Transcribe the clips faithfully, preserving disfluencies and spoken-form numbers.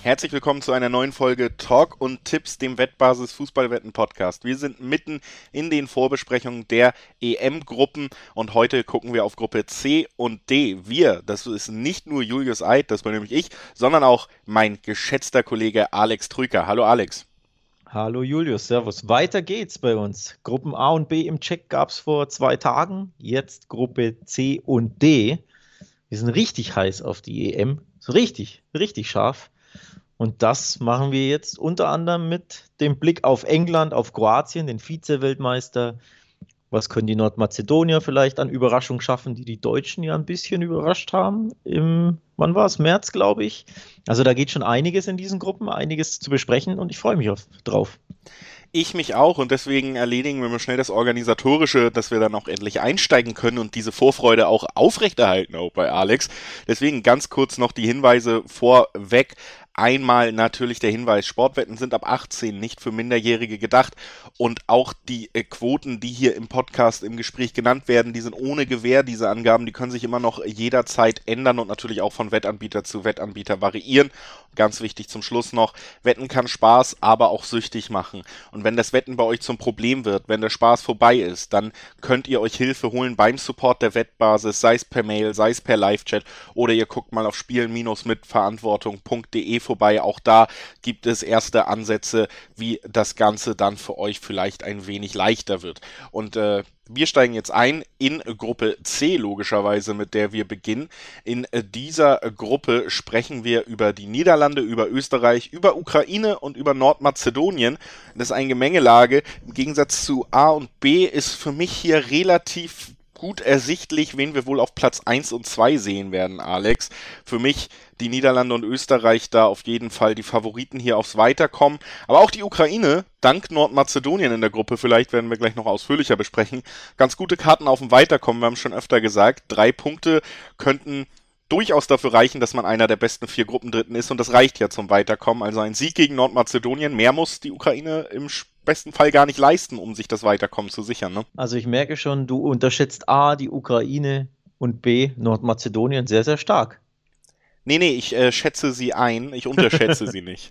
Herzlich willkommen zu einer neuen Folge Talk und Tipps, dem Wettbasis Fußballwetten Podcast. Wir sind mitten in den Vorbesprechungen der E M-Gruppen und heute gucken wir auf Gruppe C und D. Wir, das ist nicht nur Julius Eid, das bin nämlich ich, sondern auch mein geschätzter Kollege Alex Trüker. Hallo Alex. Hallo Julius, Servus. Weiter geht's bei uns. Gruppen A und B im Check gab es vor zwei Tagen. Jetzt Gruppe C und D. Wir sind richtig heiß auf die E M. So richtig, richtig scharf. Und das machen wir jetzt unter anderem mit dem Blick auf England, auf Kroatien, den Vize-Weltmeister. Was können die Nordmazedonier vielleicht an Überraschung schaffen, die die Deutschen ja ein bisschen überrascht haben? Im, wann war es? März, glaube ich. Also da geht schon einiges in diesen Gruppen, einiges zu besprechen und ich freue mich auf, drauf. Ich mich auch und deswegen erledigen wir mal schnell das Organisatorische, dass wir dann auch endlich einsteigen können und diese Vorfreude auch aufrechterhalten, auch bei Alex. Deswegen ganz kurz noch die Hinweise vorweg. Einmal natürlich der Hinweis, Sportwetten sind ab achtzehn, nicht für Minderjährige gedacht und auch die äh, Quoten, die hier im Podcast im Gespräch genannt werden, die sind ohne Gewähr, diese Angaben, die können sich immer noch jederzeit ändern und natürlich auch von Wettanbieter zu Wettanbieter variieren. Ganz wichtig zum Schluss noch, Wetten kann Spaß, aber auch süchtig machen. Und wenn das Wetten bei euch zum Problem wird, wenn der Spaß vorbei ist, dann könnt ihr euch Hilfe holen beim Support der Wettbasis, sei es per Mail, sei es per Live-Chat oder ihr guckt mal auf spielen mit verantwortung punkt de vorbei. Auch da gibt es erste Ansätze, wie das Ganze dann für euch vielleicht ein wenig leichter wird. Und äh, wir steigen jetzt ein in Gruppe C, logischerweise, mit der wir beginnen. In dieser Gruppe sprechen wir über die Niederlande, über Österreich, über Ukraine und über Nordmazedonien. Das ist eine Gemengelage. Im Gegensatz zu A und B ist für mich hier relativ gut ersichtlich, wen wir wohl auf Platz eins und zwei sehen werden, Alex. Für mich die Niederlande und Österreich da auf jeden Fall die Favoriten hier aufs Weiterkommen. Aber auch die Ukraine, dank Nordmazedonien in der Gruppe, vielleicht werden wir gleich noch ausführlicher besprechen, ganz gute Karten auf dem Weiterkommen, wir haben es schon öfter gesagt. Drei Punkte könnten durchaus dafür reichen, dass man einer der besten vier Gruppendritten ist und das reicht ja zum Weiterkommen. Also ein Sieg gegen Nordmazedonien, mehr muss die Ukraine im besten Fall gar nicht leisten, um sich das Weiterkommen zu sichern. Ne? Also ich merke schon, du unterschätzt A, die Ukraine und B, Nordmazedonien sehr, sehr stark. Nee, nee, ich äh, schätze sie ein, ich unterschätze sie nicht.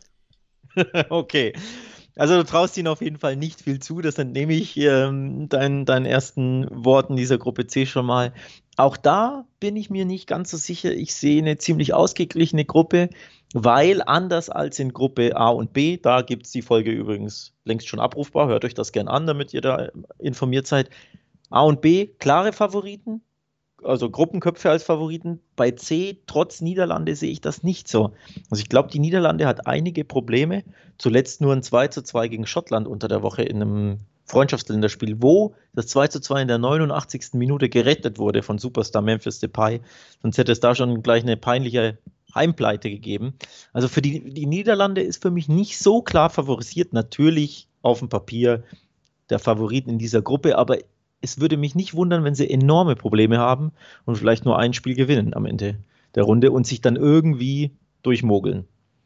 Okay. Also du traust ihnen auf jeden Fall nicht viel zu, das entnehme ich ähm, deinen, deinen ersten Worten dieser Gruppe C schon mal. Auch da bin ich mir nicht ganz so sicher. Ich sehe eine ziemlich ausgeglichene Gruppe, weil anders als in Gruppe A und B, da gibt es die Folge übrigens längst schon abrufbar, hört euch das gern an, damit ihr da informiert seid. A und B, klare Favoriten, also Gruppenköpfe als Favoriten. Bei C, trotz Niederlande, sehe ich das nicht so. Also ich glaube, die Niederlande hat einige Probleme. Zuletzt nur ein zwei zu zwei gegen Schottland unter der Woche in einem Freundschaftsländerspiel, wo das zwei zu zwei in der neunundachtzigsten Minute gerettet wurde von Superstar Memphis Depay. Sonst hätte es da schon gleich eine peinliche Heimpleite gegeben. Also für die, die Niederlande ist für mich nicht so klar favorisiert. Natürlich auf dem Papier der Favorit in dieser Gruppe, aber es würde mich nicht wundern, wenn sie enorme Probleme haben und vielleicht nur ein Spiel gewinnen am Ende der Runde und sich dann irgendwie durchmogeln.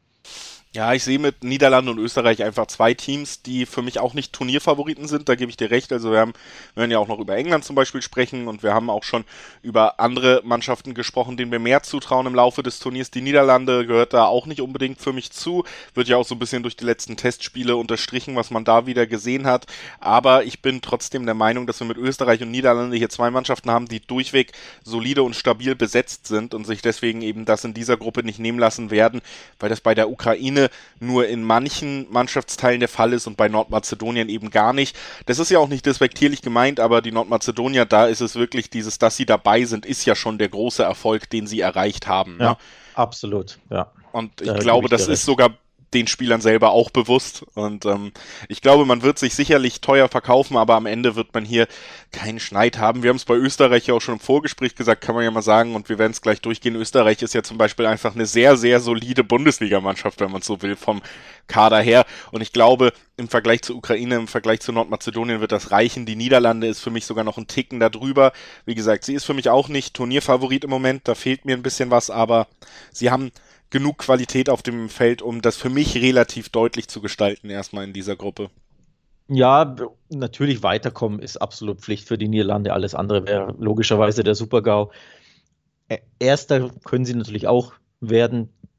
Ja, ich sehe mit Niederlande und Österreich einfach zwei Teams, die für mich auch nicht Turnierfavoriten sind, da gebe ich dir recht. Also wir haben, wir werden ja auch noch über England zum Beispiel sprechen und wir haben auch schon über andere Mannschaften gesprochen, denen wir mehr zutrauen im Laufe des Turniers. Die Niederlande gehört da auch nicht unbedingt für mich zu, wird ja auch so ein bisschen durch die letzten Testspiele unterstrichen, was man da wieder gesehen hat. Aber ich bin trotzdem der Meinung, dass wir mit Österreich und Niederlande hier zwei Mannschaften haben, die durchweg solide und stabil besetzt sind und sich deswegen eben das in dieser Gruppe nicht nehmen lassen werden, weil das bei der Ukraine nur in manchen Mannschaftsteilen der Fall ist und bei Nordmazedonien eben gar nicht. Das ist ja auch nicht despektierlich gemeint, aber die Nordmazedonier, da ist es wirklich dieses, dass sie dabei sind, ist ja schon der große Erfolg, den sie erreicht haben. Ja, Ne? absolut. Ja. Und ich Da glaube, gebe ich dir das ist recht. sogar den Spielern selber auch bewusst. Und ähm, ich glaube, man wird sich sicherlich teuer verkaufen, aber am Ende wird man hier keinen Schneid haben. Wir haben es bei Österreich ja auch schon im Vorgespräch gesagt, kann man ja mal sagen, und wir werden es gleich durchgehen. Österreich ist ja zum Beispiel einfach eine sehr, sehr solide Bundesligamannschaft, wenn man so will, vom Kader her. Und ich glaube, im Vergleich zur Ukraine, im Vergleich zu Nordmazedonien wird das reichen. Die Niederlande ist für mich sogar noch ein Ticken darüber. Wie gesagt, sie ist für mich auch nicht Turnierfavorit im Moment, da fehlt mir ein bisschen was, aber sie haben genug Qualität auf dem Feld, um das für mich relativ deutlich zu gestalten, erstmal in dieser Gruppe. Ja, b- natürlich weiterkommen ist absolut Pflicht für die Niederlande. Alles andere wäre logischerweise der Super-GAU. Ä- Erster können sie natürlich auch werden.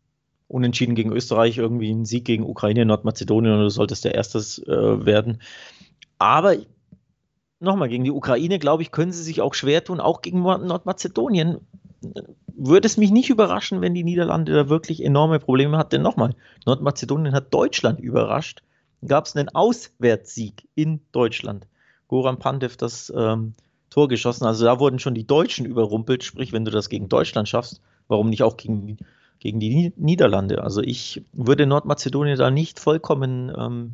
Unentschieden gegen Österreich, irgendwie ein Sieg gegen Ukraine, Nordmazedonien, oder du solltest der Erste äh, werden. Aber nochmal, gegen die Ukraine, glaube ich, können sie sich auch schwer tun. Auch gegen Nordmazedonien würde es mich nicht überraschen, wenn die Niederlande da wirklich enorme Probleme hat. Denn nochmal, Nordmazedonien hat Deutschland überrascht. Gab es einen Auswärtssieg in Deutschland. Goran Pandev das ähm, Tor geschossen. Also da wurden schon die Deutschen überrumpelt. Sprich, wenn du das gegen Deutschland schaffst, warum nicht auch gegen, gegen die Niederlande? Also ich würde Nordmazedonien da nicht vollkommen ähm,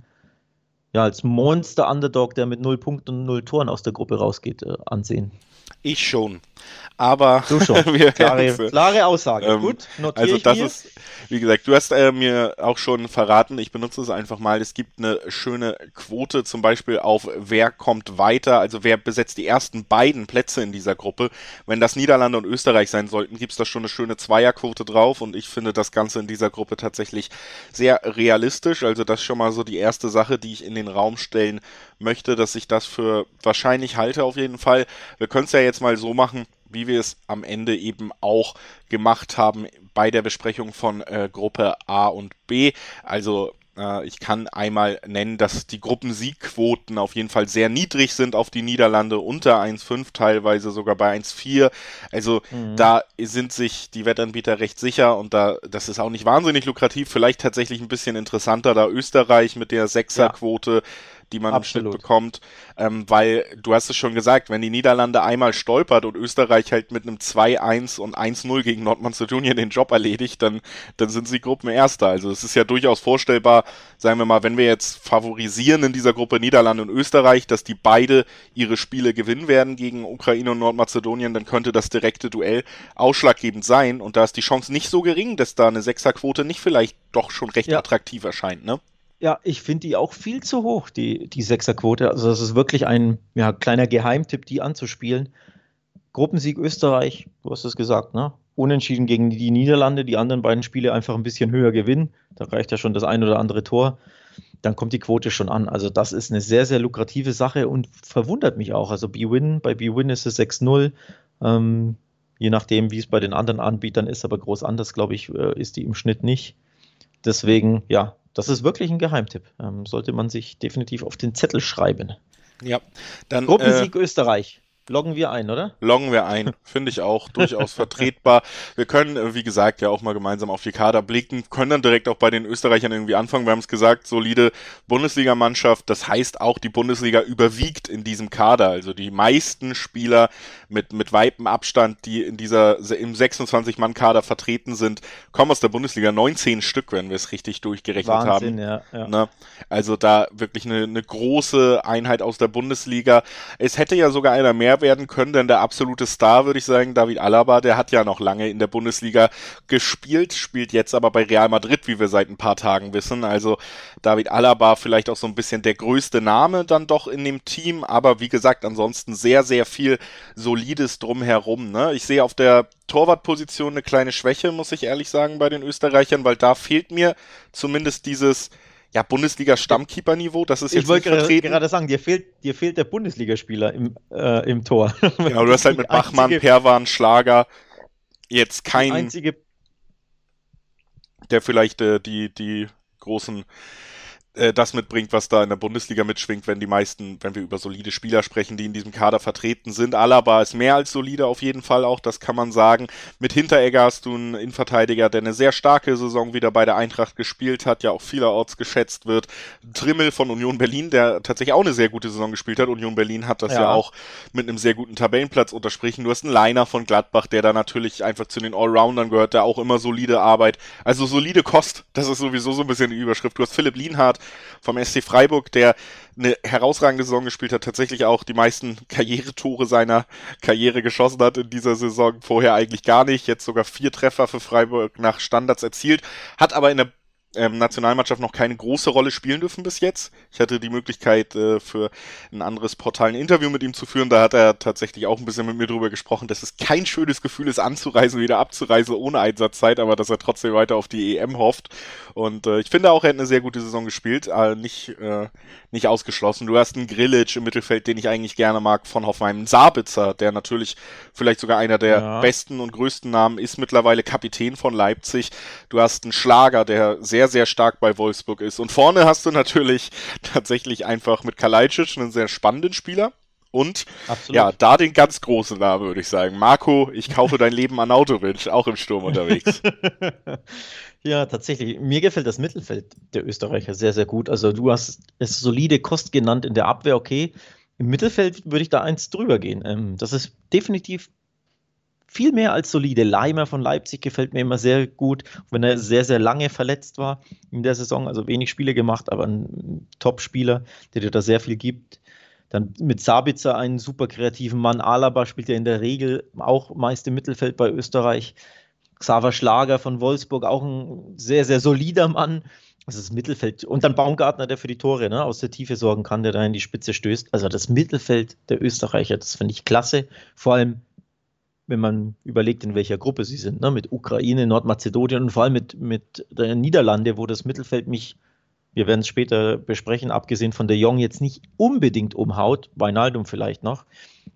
ja, als Monster-Underdog, der mit null Punkten und null Toren aus der Gruppe rausgeht, äh, ansehen. Ich schon. Aber du schon. wir klare, klare Aussage. Ähm, Gut, notiere also ich das mir. ist, wie gesagt, du hast äh, mir auch schon verraten, ich benutze es einfach mal, es gibt eine schöne Quote zum Beispiel auf wer kommt weiter, also wer besetzt die ersten beiden Plätze in dieser Gruppe. Wenn das Niederlande und Österreich sein sollten, gibt es da schon eine schöne Zweierquote drauf und ich finde das Ganze in dieser Gruppe tatsächlich sehr realistisch, also das ist schon mal so die erste Sache, die ich in den Raum stellen möchte, dass ich das für wahrscheinlich halte auf jeden Fall. Wir können es ja jetzt mal so machen, wie wir es am Ende eben auch gemacht haben bei der Besprechung von äh, Gruppe A und B. Also äh, ich kann einmal nennen, dass die Gruppensiegquoten auf jeden Fall sehr niedrig sind auf die Niederlande, unter eins Komma fünf, teilweise sogar bei eins Komma vier. Also mhm. da sind sich die Wettanbieter recht sicher und da das ist auch nicht wahnsinnig lukrativ, vielleicht tatsächlich ein bisschen interessanter, da Österreich mit der Sechserquote, ja, die man Absolut. im Schnitt bekommt, ähm, weil, du hast es schon gesagt, wenn die Niederlande einmal stolpert und Österreich halt mit einem zwei eins und eins null gegen Nordmazedonien den Job erledigt, dann, dann sind sie Gruppenerster. Also es ist ja durchaus vorstellbar, sagen wir mal, wenn wir jetzt favorisieren in dieser Gruppe Niederlande und Österreich, dass die beide ihre Spiele gewinnen werden gegen Ukraine und Nordmazedonien, dann könnte das direkte Duell ausschlaggebend sein und da ist die Chance nicht so gering, dass da eine Sechserquote nicht vielleicht doch schon recht ja. attraktiv erscheint, ne? Ja, ich finde die auch viel zu hoch, die, die Sechserquote. Also das ist wirklich ein ja, kleiner Geheimtipp, die anzuspielen. Gruppensieg Österreich, du hast es gesagt, ne? Unentschieden gegen die Niederlande, die anderen beiden Spiele einfach ein bisschen höher gewinnen. Da reicht ja schon das ein oder andere Tor. Dann kommt die Quote schon an. Also das ist eine sehr, sehr lukrative Sache und verwundert mich auch. Also B-Win, bei B-Win ist es sechs null. Ähm, je nachdem, wie es bei den anderen Anbietern ist, aber groß anders, glaube ich, ist die im Schnitt nicht. Deswegen, ja, das ist wirklich ein Geheimtipp. Ähm, sollte man sich definitiv auf den Zettel schreiben. Ja, dann. Gruppensieg äh, Österreich. Loggen wir ein, oder? Loggen wir ein. Finde ich auch durchaus vertretbar. Wir können, wie gesagt, ja auch mal gemeinsam auf die Kader blicken, können dann direkt auch bei den Österreichern irgendwie anfangen. Wir haben es gesagt, solide Bundesligamannschaft. Das heißt auch, die Bundesliga überwiegt in diesem Kader. Also die meisten Spieler mit, mit weitem Abstand, die in dieser, im sechsundzwanzig-Mann-Kader vertreten sind, kommen aus der Bundesliga. neunzehn Stück, wenn wir es richtig durchgerechnet Wahnsinn, haben. Ja, ja. Ne? Also da wirklich eine, eine große Einheit aus der Bundesliga. Es hätte ja sogar einer mehr werden können, denn der absolute Star, würde ich sagen, David Alaba, der hat ja noch lange in der Bundesliga gespielt, spielt jetzt aber bei Real Madrid, wie wir seit ein paar Tagen wissen. Also David Alaba vielleicht auch so ein bisschen der größte Name dann doch in dem Team, aber wie gesagt, ansonsten sehr, sehr viel Solides drumherum. Ne? Ich sehe auf der Torwartposition eine kleine Schwäche, muss ich ehrlich sagen, bei den Österreichern, weil da fehlt mir zumindest dieses ja, Bundesliga-Stammkeeper-Niveau, das ist jetzt ich wollte nicht vertreten. gerade sagen, dir fehlt, dir fehlt der Bundesligaspieler im, äh, im Tor. Genau, du hast halt mit Bachmann, Perwan, Schlager jetzt kein, einzige... der vielleicht äh, die, die großen äh, das mitbringt, was da in der Bundesliga mitschwingt, wenn die meisten, wenn wir über solide Spieler sprechen, die in diesem Kader vertreten sind. Alaba ist mehr als solide auf jeden Fall auch, das kann man sagen. Mit Hinteregger hast du einen Innenverteidiger, der eine sehr starke Saison wieder bei der Eintracht gespielt hat, ja auch vielerorts geschätzt wird. Trimmel von Union Berlin, der tatsächlich auch eine sehr gute Saison gespielt hat. Union Berlin hat das ja, ja auch mit einem sehr guten Tabellenplatz unterstrichen. Du hast einen Leiner von Gladbach, der da natürlich einfach zu den Allroundern gehört, der auch immer solide Arbeit, also solide Kost, das ist sowieso so ein bisschen die Überschrift. Du hast Philipp Lienhardt vom S C Freiburg, der eine herausragende Saison gespielt hat, tatsächlich auch die meisten Karrieretore seiner Karriere geschossen hat in dieser Saison, vorher eigentlich gar nicht, jetzt sogar vier Treffer für Freiburg nach Standards erzielt, hat aber in der ähm, Nationalmannschaft noch keine große Rolle spielen dürfen bis jetzt. Ich hatte die Möglichkeit, äh, für ein anderes Portal ein Interview mit ihm zu führen. Da hat er tatsächlich auch ein bisschen mit mir drüber gesprochen, dass es kein schönes Gefühl ist, anzureisen, wieder abzureisen ohne Einsatzzeit, aber dass er trotzdem weiter auf die E M hofft. Und äh, ich finde auch, er hat eine sehr gute Saison gespielt, äh, nicht, äh, nicht ausgeschlossen. Du hast einen Grillitsch im Mittelfeld, den ich eigentlich gerne mag, von Hoffenheim. Einen Sabitzer, der natürlich vielleicht sogar einer der ja. besten und größten Namen ist, mittlerweile Kapitän von Leipzig. Du hast einen Schlager, der sehr, sehr stark bei Wolfsburg ist. Und vorne hast du natürlich tatsächlich einfach mit Kalajdzic einen sehr spannenden Spieler. Und Absolut. ja, da den ganz großen Namen, würde ich sagen. Marco, ich kaufe dein Leben an Autowitsch, auch im Sturm unterwegs. Ja, tatsächlich. Mir gefällt das Mittelfeld der Österreicher sehr, sehr gut. Also du hast es solide Kost genannt in der Abwehr, okay. Im Mittelfeld würde ich da eins drüber gehen. Ähm, das ist definitiv viel mehr als solide. Leimer von Leipzig gefällt mir immer sehr gut, wenn er sehr, sehr lange verletzt war in der Saison. Also wenig Spiele gemacht, aber ein Top-Spieler, der dir da sehr viel gibt. Dann mit Sabitzer einen super kreativen Mann. Alaba spielt ja in der Regel auch meist im Mittelfeld bei Österreich. Xaver Schlager von Wolfsburg, auch ein sehr, sehr solider Mann. Das ist das Mittelfeld. Und dann Baumgartner, der für die Tore ne, aus der Tiefe sorgen kann, der da in die Spitze stößt. Also das Mittelfeld der Österreicher, das finde ich klasse. Vor allem, wenn man überlegt, in welcher Gruppe sie sind. Ne, mit Ukraine, Nordmazedonien und vor allem mit, mit der Niederlande, wo das Mittelfeld mich, wir werden es später besprechen, abgesehen von de Jong jetzt nicht unbedingt umhaut. Wijnaldum vielleicht noch.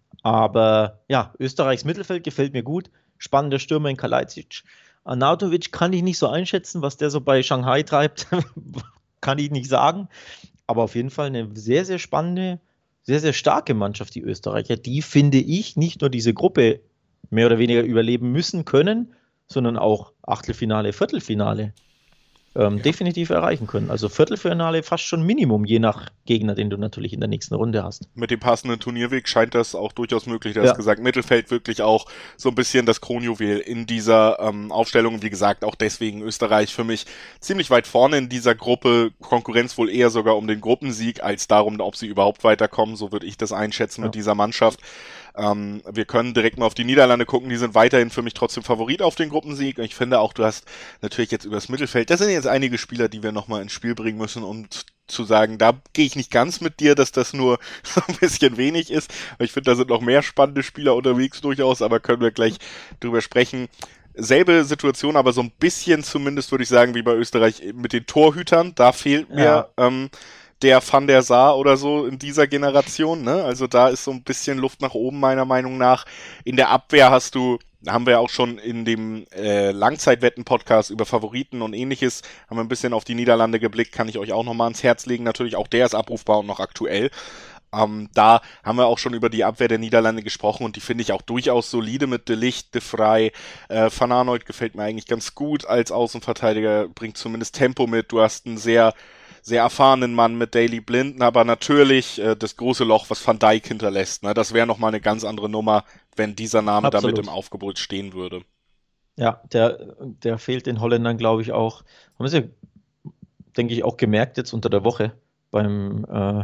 Aber ja, Österreichs Mittelfeld gefällt mir gut. Spannender Stürmer in Kalajdzic. Arnautovic kann ich nicht so einschätzen, was der so bei Shanghai treibt, kann ich nicht sagen. Aber auf jeden Fall eine sehr, sehr spannende, sehr, sehr starke Mannschaft, die Österreicher. Die, finde ich, nicht nur diese Gruppe mehr oder weniger überleben müssen können, sondern auch Achtelfinale, Viertelfinale ähm, ja. definitiv erreichen können. Also Viertelfinale fast schon Minimum, je nach Gegner, den du natürlich in der nächsten Runde hast. Mit dem passenden Turnierweg scheint das auch durchaus möglich. Du hast ja. gesagt, Mittelfeld wirklich auch so ein bisschen das Kronjuwel in dieser ähm, Aufstellung. Wie gesagt, auch deswegen Österreich für mich ziemlich weit vorne in dieser Gruppe. Konkurrenz wohl eher sogar um den Gruppensieg, als darum, ob sie überhaupt weiterkommen. So würde ich das einschätzen ja. mit dieser Mannschaft. Ähm, wir können direkt mal auf die Niederlande gucken, die sind weiterhin für mich trotzdem Favorit auf den Gruppensieg. Und ich finde auch, du hast natürlich jetzt über das Mittelfeld, das sind jetzt einige Spieler, die wir nochmal ins Spiel bringen müssen, um zu sagen, da gehe ich nicht ganz mit dir, dass das nur so ein bisschen wenig ist. Ich finde, da sind noch mehr spannende Spieler unterwegs durchaus, aber können wir gleich drüber sprechen. Selbe Situation, aber so ein bisschen zumindest, würde ich sagen, wie bei Österreich mit den Torhütern. Da fehlt mir ja. ähm, der Van der Sar oder so in dieser Generation, ne? Also da ist so ein bisschen Luft nach oben, meiner Meinung nach. In der Abwehr hast du, haben wir auch schon in dem äh, Langzeitwetten-Podcast über Favoriten und ähnliches, haben wir ein bisschen auf die Niederlande geblickt, kann ich euch auch nochmal ans Herz legen. Natürlich, auch der ist abrufbar und noch aktuell. Ähm, da haben wir auch schon über die Abwehr der Niederlande gesprochen und die finde ich auch durchaus solide mit De Ligt, De Vrij. Äh, Van Aanholt gefällt mir eigentlich ganz gut als Außenverteidiger, bringt zumindest Tempo mit. Du hast einen sehr sehr erfahrenen Mann mit Daley Blind, aber natürlich äh, das große Loch, was Van Dijk hinterlässt. Ne? Das wäre nochmal eine ganz andere Nummer, wenn dieser Name Absolut. damit im Aufgebot stehen würde. Ja, der, der fehlt den Holländern, glaube ich, auch. Haben sie, denke ich, auch gemerkt jetzt unter der Woche beim äh,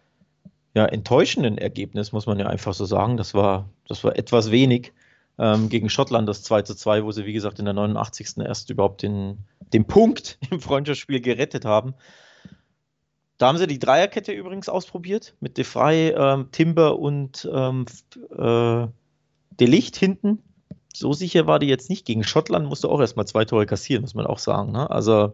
ja, enttäuschenden Ergebnis, muss man ja einfach so sagen. Das war, das war etwas wenig ähm, gegen Schottland, das zwei zu zwei, wo sie, wie gesagt, in der neunundachtzigsten erst überhaupt den, den Punkt im Freundschaftsspiel gerettet haben. Da haben sie die Dreierkette übrigens ausprobiert, mit De Vrij, ähm, Timber und ähm, äh, De Ligt hinten. So sicher war die jetzt nicht. Gegen Schottland musste auch erstmal zwei Tore kassieren, muss man auch sagen. Ne? Also,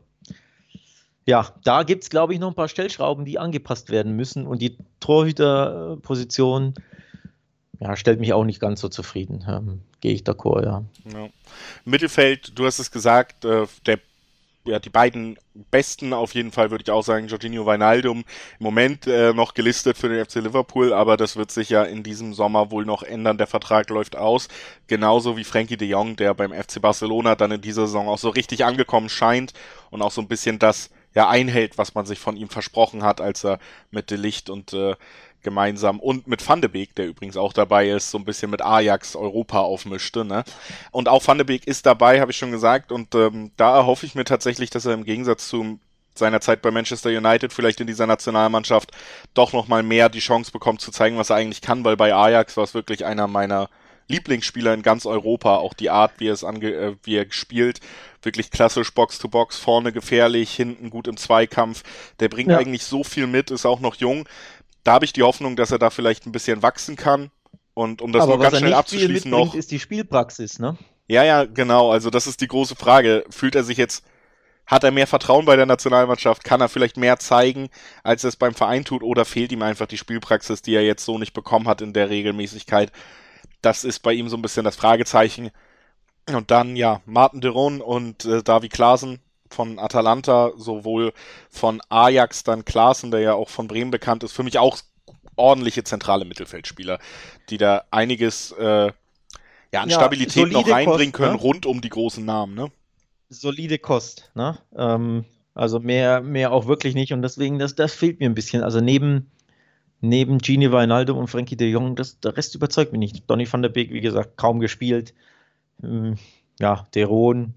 ja, da gibt es, glaube ich, noch ein paar Stellschrauben, die angepasst werden müssen. Und die Torhüterposition, ja, stellt mich auch nicht ganz so zufrieden. Ähm, Gehe ich d'accord, ja. ja. Mittelfeld, du hast es gesagt, äh, der ja, die beiden besten auf jeden Fall, würde ich auch sagen, Jorginho, Wijnaldum, im Moment äh, noch gelistet für den F C Liverpool, aber das wird sich ja in diesem Sommer wohl noch ändern, der Vertrag läuft aus, genauso wie Frenkie de Jong, der beim F C Barcelona dann in dieser Saison auch so richtig angekommen scheint und auch so ein bisschen das ja einhält, was man sich von ihm versprochen hat, als er mit De Ligt und äh, gemeinsam und mit Van de Beek, der übrigens auch dabei ist, so ein bisschen mit Ajax Europa aufmischte, ne? Und auch Van de Beek ist dabei, habe ich schon gesagt, und ähm, da erhoffe ich mir tatsächlich, dass er im Gegensatz zu seiner Zeit bei Manchester United vielleicht in dieser Nationalmannschaft doch nochmal mehr die Chance bekommt zu zeigen, was er eigentlich kann, weil bei Ajax war es wirklich einer meiner Lieblingsspieler in ganz Europa, auch die Art, wie er es ange äh, wie er spielt, wirklich klassisch Box-to-Box, vorne gefährlich, hinten gut im Zweikampf. Der bringt Ja. eigentlich so viel mit, ist auch noch jung. Da habe ich die Hoffnung, dass er da vielleicht ein bisschen wachsen kann. Und um das Aber nur was ganz er schnell nicht viel abzuschließen mitbringt, noch, ist die Spielpraxis, ne? ja, ja, genau, also das ist die große Frage. Fühlt er sich jetzt, hat er mehr Vertrauen bei der Nationalmannschaft? Kann er vielleicht mehr zeigen, als er es beim Verein tut? Oder fehlt ihm einfach die Spielpraxis, die er jetzt so nicht bekommen hat in der Regelmäßigkeit? Das ist bei ihm so ein bisschen das Fragezeichen. Und dann, ja, Marten de Roon und äh, Davy Klaassen von Atalanta, sowohl von Ajax, dann Klaassen, der ja auch von Bremen bekannt ist, für mich auch ordentliche zentrale Mittelfeldspieler, die da einiges äh, ja, an Ja, Stabilität noch solide reinbringen Kost, können, ne? rund um die großen Namen, ne? Solide Kost, ne? Ähm, also mehr, mehr auch wirklich nicht. Und deswegen, das, das fehlt mir ein bisschen. Also neben, neben Gini Wijnaldum und Frenkie de Jong, das, der Rest überzeugt mich nicht. Donny van der Beek, wie gesagt, kaum gespielt. Ähm, ja, De Roon,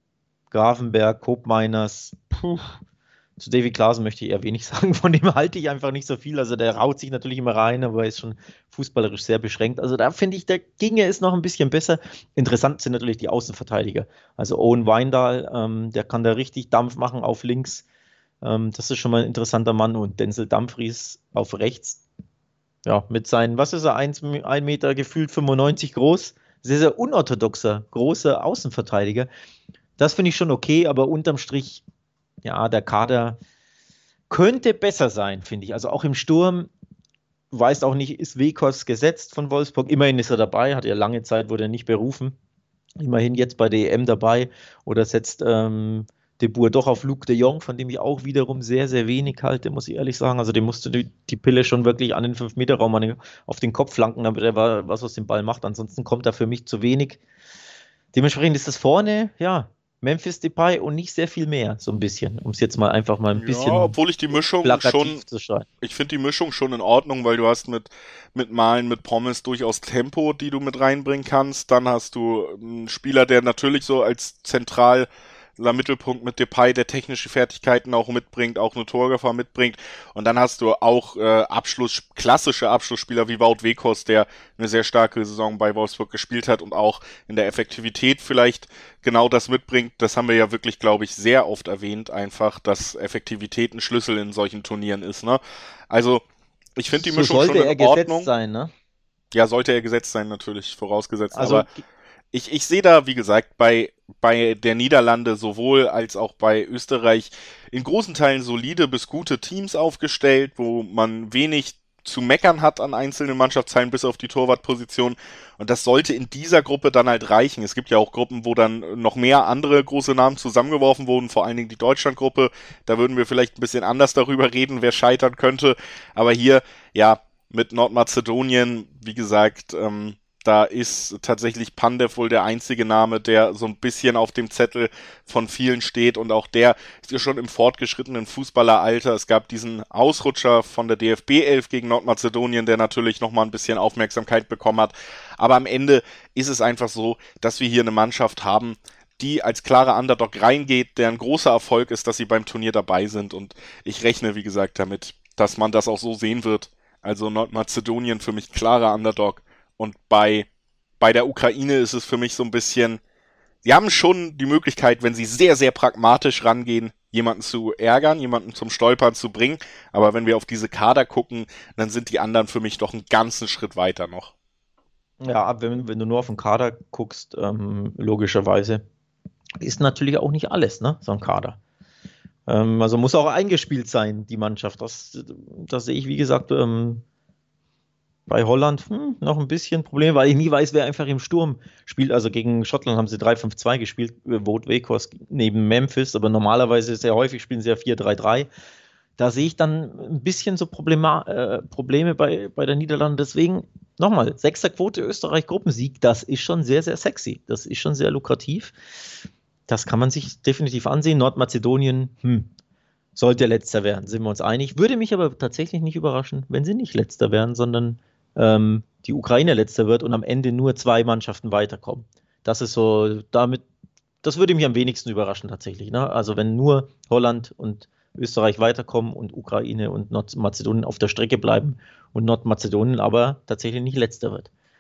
Gravenberg, Koopmeiners, puh. Zu Davy Klaassen möchte ich eher wenig sagen, von dem halte ich einfach nicht so viel. Also der raut sich natürlich immer rein, aber ist schon fußballerisch sehr beschränkt. Also da finde ich, der ginge es noch ein bisschen besser. Interessant sind natürlich die Außenverteidiger. Also Owen Wijndal, ähm, der kann da richtig Dampf machen auf links. Ähm, das ist schon mal ein interessanter Mann. Und Denzel Dumfries auf rechts, ja, mit seinen, was ist er, ein Meter gefühlt fünfundneunzig groß. Sehr, sehr unorthodoxer, großer Außenverteidiger. Das finde ich schon okay, aber unterm Strich, ja, der Kader könnte besser sein, finde ich. Also auch im Sturm, du weißt auch nicht, ist Weghorst gesetzt von Wolfsburg? Immerhin ist er dabei, hat ja lange Zeit, wurde er nicht berufen. Immerhin jetzt bei der E M dabei. Oder setzt ähm, De Boer doch auf Luc de Jong, von dem ich auch wiederum sehr, sehr wenig halte, muss ich ehrlich sagen. Also dem musste die, die Pille schon wirklich an den fünf Meter Raum an den, auf den Kopf flanken, damit er was aus dem Ball macht. Ansonsten kommt er für mich zu wenig. Dementsprechend ist das vorne, ja, Memphis Depay und nicht sehr viel mehr, so ein bisschen, um es jetzt mal einfach mal ein Ja, bisschen obwohl ich die Mischung schon, plakativ zu schreiben. ich finde die Mischung schon in Ordnung, weil du hast mit, mit Malen, mit Pommes durchaus Tempo, die du mit reinbringen kannst. Dann hast du einen Spieler, der natürlich so als zentral Mittelpunkt mit Depay, der technische Fertigkeiten auch mitbringt, auch eine Torgefahr mitbringt. Und dann hast du auch äh, Abschluss, klassische Abschlussspieler wie Wout Weghorst, der eine sehr starke Saison bei Wolfsburg gespielt hat und auch in der Effektivität vielleicht genau das mitbringt. Das haben wir ja wirklich, glaube ich, sehr oft erwähnt, einfach, dass Effektivität ein Schlüssel in solchen Turnieren ist, ne? Also, ich finde die So Mischung schon sollte in er gesetzt Ordnung. sein, ne? Ja, sollte er gesetzt sein, natürlich, vorausgesetzt. Aber Also, ich, ich sehe da, wie gesagt, bei, bei der Niederlande sowohl als auch bei Österreich in großen Teilen solide bis gute Teams aufgestellt, wo man wenig zu meckern hat an einzelnen Mannschaftsteilen bis auf die Torwartposition. Und das sollte in dieser Gruppe dann halt reichen. Es gibt ja auch Gruppen, wo dann noch mehr andere große Namen zusammengeworfen wurden, vor allen Dingen die Deutschlandgruppe. Da würden wir vielleicht ein bisschen anders darüber reden, wer scheitern könnte. Aber hier, ja, mit Nordmazedonien, wie gesagt, ähm, da ist tatsächlich Pandev wohl der einzige Name, der so ein bisschen auf dem Zettel von vielen steht. Und auch der ist ja schon im fortgeschrittenen Fußballeralter. Es gab diesen Ausrutscher von der D F B elf gegen Nordmazedonien, der natürlich nochmal ein bisschen Aufmerksamkeit bekommen hat. Aber am Ende ist es einfach so, dass wir hier eine Mannschaft haben, die als klarer Underdog reingeht, deren großer Erfolg ist, dass sie beim Turnier dabei sind. Und ich rechne, wie gesagt, damit, dass man das auch so sehen wird. Also Nordmazedonien für mich klarer Underdog. Und bei, bei der Ukraine ist es für mich so ein bisschen, sie haben schon die Möglichkeit, wenn sie sehr, sehr pragmatisch rangehen, jemanden zu ärgern, jemanden zum Stolpern zu bringen. Aber wenn wir auf diese Kader gucken, dann sind die anderen für mich doch einen ganzen Schritt weiter noch. ja, wenn, wenn du nur auf den Kader guckst, ähm, logischerweise, ist natürlich auch nicht alles, ne, so ein Kader. Ähm, also muss auch eingespielt sein, die Mannschaft. Das, das sehe ich, wie gesagt, ähm, bei Holland hm, noch ein bisschen Probleme, weil ich nie weiß, wer einfach im Sturm spielt. Also gegen Schottland haben sie drei fünf zwei gespielt, Wout Weghorst neben Memphis, aber normalerweise sehr häufig spielen sie ja vier drei drei. Da sehe ich dann ein bisschen so Problema äh, Probleme bei, bei der Niederlande. Deswegen nochmal, Sechserquote Österreich-Gruppensieg, das ist schon sehr, sehr sexy. Das ist schon sehr lukrativ. Das kann man sich definitiv ansehen. Nordmazedonien, hm, sollte letzter werden, sind wir uns einig. Würde mich aber tatsächlich nicht überraschen, wenn sie nicht letzter werden, sondern ähm, die Ukraine letzter wird und am Ende nur zwei Mannschaften weiterkommen. Das ist so, damit, das würde mich am wenigsten überraschen tatsächlich. Ne? Also wenn nur Holland und Österreich weiterkommen und Ukraine und Nordmazedonien auf der Strecke bleiben und Nordmazedonien aber tatsächlich nicht letzter wird.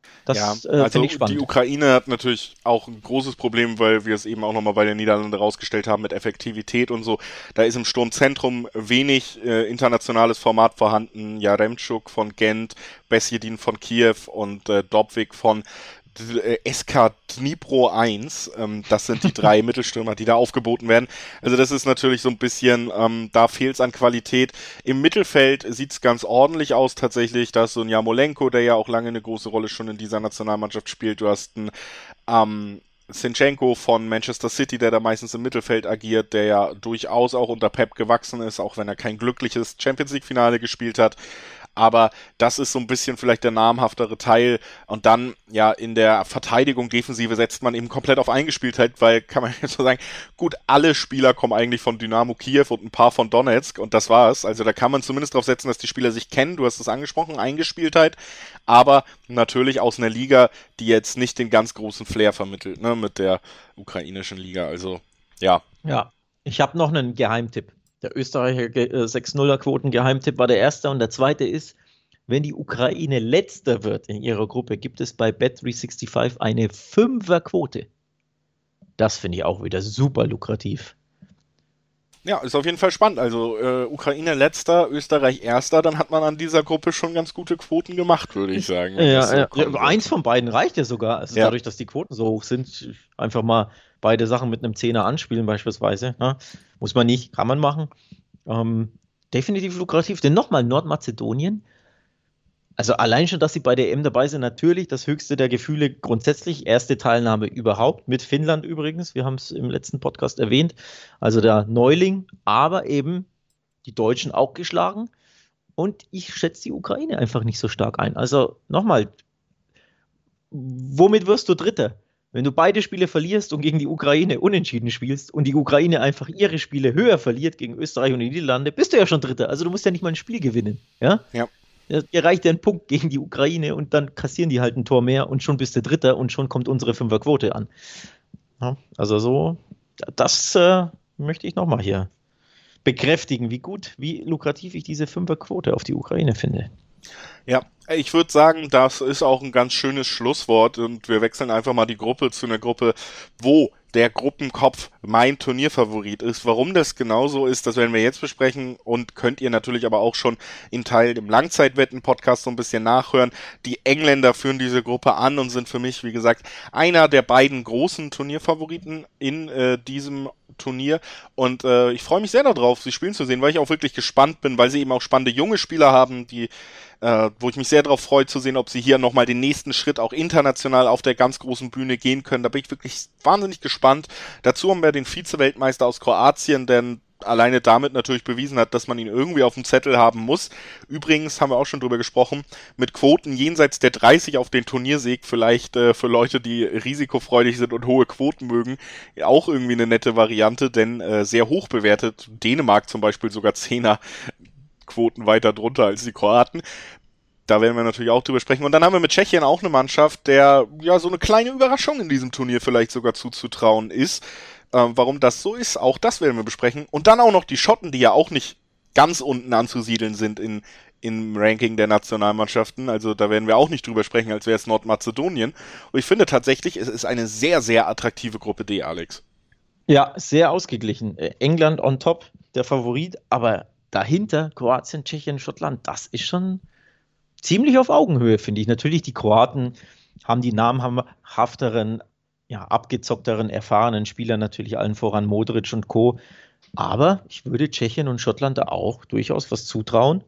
Das ja, äh, also finde ich spannend. die Ukraine hat natürlich auch ein großes Problem, weil wir es eben auch nochmal bei den Niederlanden rausgestellt haben mit Effektivität und so. Da ist im Sturmzentrum wenig äh, internationales Format vorhanden. Jaremczuk von Gent, Besjedin von Kiew und äh, Dobvik von S K Dnipro eins, ähm, das sind die drei Mittelstürmer, die da aufgeboten werden. Also das ist natürlich so ein bisschen, ähm, da fehlt es an Qualität. Im Mittelfeld sieht es ganz ordentlich aus tatsächlich. Da ist so ein Jarmolenko, der ja auch lange eine große Rolle schon in dieser Nationalmannschaft spielt. Du hast einen ähm, Zinchenko von Manchester City, der da meistens im Mittelfeld agiert, der ja durchaus auch unter Pep gewachsen ist, auch wenn er kein glückliches Champions-League-Finale gespielt hat. Aber das ist so ein bisschen vielleicht der namhaftere Teil. Und dann, ja, in der Verteidigung, Defensive setzt man eben komplett auf Eingespieltheit, weil, kann man jetzt so sagen, gut, alle Spieler kommen eigentlich von Dynamo Kiew und ein paar von Donetsk und das war's. Also da kann man zumindest drauf setzen, dass die Spieler sich kennen. Du hast es angesprochen, Eingespieltheit. Aber natürlich aus einer Liga, die jetzt nicht den ganz großen Flair vermittelt, ne, mit der ukrainischen Liga. Also, ja. Ja, ich habe noch einen Geheimtipp. Der Österreicher äh, sechs null Quoten-Geheimtipp war der erste und der zweite ist, wenn die Ukraine letzter wird in ihrer Gruppe, gibt es bei Bet dreihundertfünfundsechzig eine Fünfer-Quote. Das finde ich auch wieder super lukrativ. Ja, ist auf jeden Fall spannend. Also äh, Ukraine letzter, Österreich erster, dann hat man an dieser Gruppe schon ganz gute Quoten gemacht, würde ich sagen. Ja, so ja. ja eins von beiden reicht ja sogar. Also ja. Dadurch, dass die Quoten so hoch sind, einfach mal beide Sachen mit einem Zehner anspielen beispielsweise. Ne? Muss man nicht, kann man machen. Ähm, definitiv lukrativ. Denn nochmal, Nordmazedonien, also allein schon, dass sie bei der E M dabei sind, natürlich das höchste der Gefühle grundsätzlich. Erste Teilnahme überhaupt, mit Finnland übrigens. Wir haben es im letzten Podcast erwähnt. Also der Neuling, aber eben die Deutschen auch geschlagen. Und ich schätze die Ukraine einfach nicht so stark ein. Also nochmal, womit wirst du Dritter? Wenn du beide Spiele verlierst und gegen die Ukraine unentschieden spielst und die Ukraine einfach ihre Spiele höher verliert gegen Österreich und die Niederlande, bist du ja schon Dritter. Also du musst ja nicht mal ein Spiel gewinnen. Ja. Ja. Dir reicht ja ein Punkt gegen die Ukraine und dann kassieren die halt ein Tor mehr und schon bist du Dritter und schon kommt unsere Fünferquote an. Ja, also so, das äh, möchte ich nochmal hier bekräftigen, wie gut, wie lukrativ ich diese Fünferquote auf die Ukraine finde. Ja, ich würde sagen, das ist auch ein ganz schönes Schlusswort und wir wechseln einfach mal die Gruppe zu einer Gruppe, wo der Gruppenkopf mein Turnierfavorit ist. Warum das genauso ist, das werden wir jetzt besprechen und könnt ihr natürlich aber auch schon in Teil im Langzeitwetten-Podcast so ein bisschen nachhören. Die Engländer führen diese Gruppe an und sind für mich, wie gesagt, einer der beiden großen Turnierfavoriten in äh, diesem Turnier und äh, ich freue mich sehr darauf, sie spielen zu sehen, weil ich auch wirklich gespannt bin, weil sie eben auch spannende junge Spieler haben, die äh, wo ich mich sehr darauf freue zu sehen, ob sie hier nochmal den nächsten Schritt auch international auf der ganz großen Bühne gehen können. Da bin ich wirklich wahnsinnig gespannt. Dazu haben wir den Vize-Weltmeister aus Kroatien, der alleine damit natürlich bewiesen hat, dass man ihn irgendwie auf dem Zettel haben muss. Übrigens haben wir auch schon drüber gesprochen, mit Quoten jenseits der dreißig auf den Turniersieg, vielleicht äh, für Leute, die risikofreudig sind und hohe Quoten mögen, auch irgendwie eine nette Variante, denn äh, sehr hoch bewertet. Dänemark zum Beispiel sogar Zehner Quoten weiter drunter als die Kroaten. Da werden wir natürlich auch drüber sprechen. Und dann haben wir mit Tschechien auch eine Mannschaft, der ja so eine kleine Überraschung in diesem Turnier vielleicht sogar zuzutrauen ist. Ähm, warum das so ist, auch das werden wir besprechen. Und dann auch noch die Schotten, die ja auch nicht ganz unten anzusiedeln sind in, im Ranking der Nationalmannschaften. Also da werden wir auch nicht drüber sprechen, als wäre es Nordmazedonien. Und ich finde tatsächlich, es ist eine sehr, sehr attraktive Gruppe D, Alex. Ja, sehr ausgeglichen. England on top, der Favorit, aber dahinter Kroatien, Tschechien, Schottland, das ist schon ziemlich auf Augenhöhe, finde ich. Natürlich, die Kroaten haben die namhafteren, ja, abgezockteren, erfahrenen Spieler, natürlich allen voran Modric und Co. Aber ich würde Tschechien und Schottland da auch durchaus was zutrauen.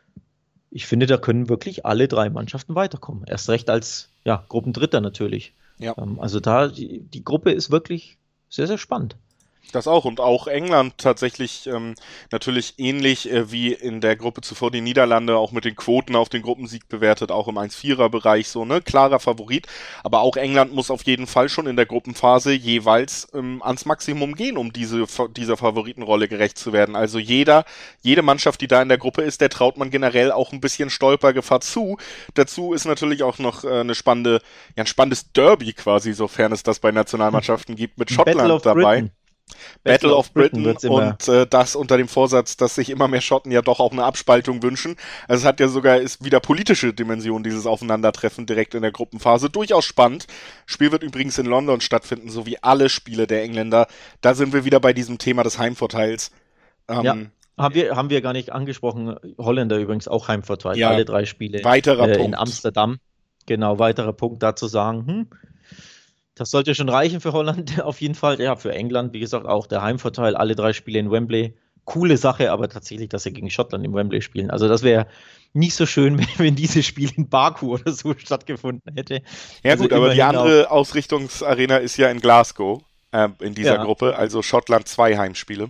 Ich finde, da können wirklich alle drei Mannschaften weiterkommen. Erst recht als ja, Gruppendritter natürlich. Ja. Ähm, also da, die, die Gruppe ist wirklich sehr, sehr spannend. Das auch und auch England tatsächlich ähm, natürlich ähnlich äh, wie in der Gruppe zuvor die Niederlande, auch mit den Quoten auf den Gruppensieg bewertet, auch im eins Vierer Bereich so, ne, klarer Favorit, aber auch England muss auf jeden Fall schon in der Gruppenphase jeweils ähm, ans Maximum gehen, um diese dieser Favoritenrolle gerecht zu werden. Also jeder, jede Mannschaft, die da in der Gruppe ist, der traut man generell auch ein bisschen Stolpergefahr zu. Dazu ist natürlich auch noch äh, eine spannende, ja, ein spannendes Derby quasi, sofern es das bei Nationalmannschaften gibt, mit Schottland dabei. Britain. Battle, Battle of Britain, Britain und äh, das unter dem Vorsatz, dass sich immer mehr Schotten ja doch auch eine Abspaltung wünschen. Also es hat ja sogar ist wieder politische Dimension, dieses Aufeinandertreffen direkt in der Gruppenphase. Durchaus spannend. Spiel wird übrigens in London stattfinden, so wie alle Spiele der Engländer. Da sind wir wieder bei diesem Thema des Heimvorteils. Ähm, ja. Haben wir, haben wir gar nicht angesprochen. Holländer übrigens auch Heimvorteil. Ja, alle drei Spiele weiterer äh, Punkt. in Amsterdam. Genau, weiterer Punkt dazu sagen, hm, das sollte schon reichen für Holland, auf jeden Fall. Ja, für England, wie gesagt, auch der Heimvorteil, alle drei Spiele in Wembley. Coole Sache, aber tatsächlich, dass sie gegen Schottland im Wembley spielen. Also das wäre nicht so schön, wenn, wenn dieses Spiel in Baku oder so stattgefunden hätte. Ja also gut, aber die andere Ausrichtungsarena ist ja in Glasgow, äh, in dieser ja. Gruppe, also Schottland zwei Heimspiele.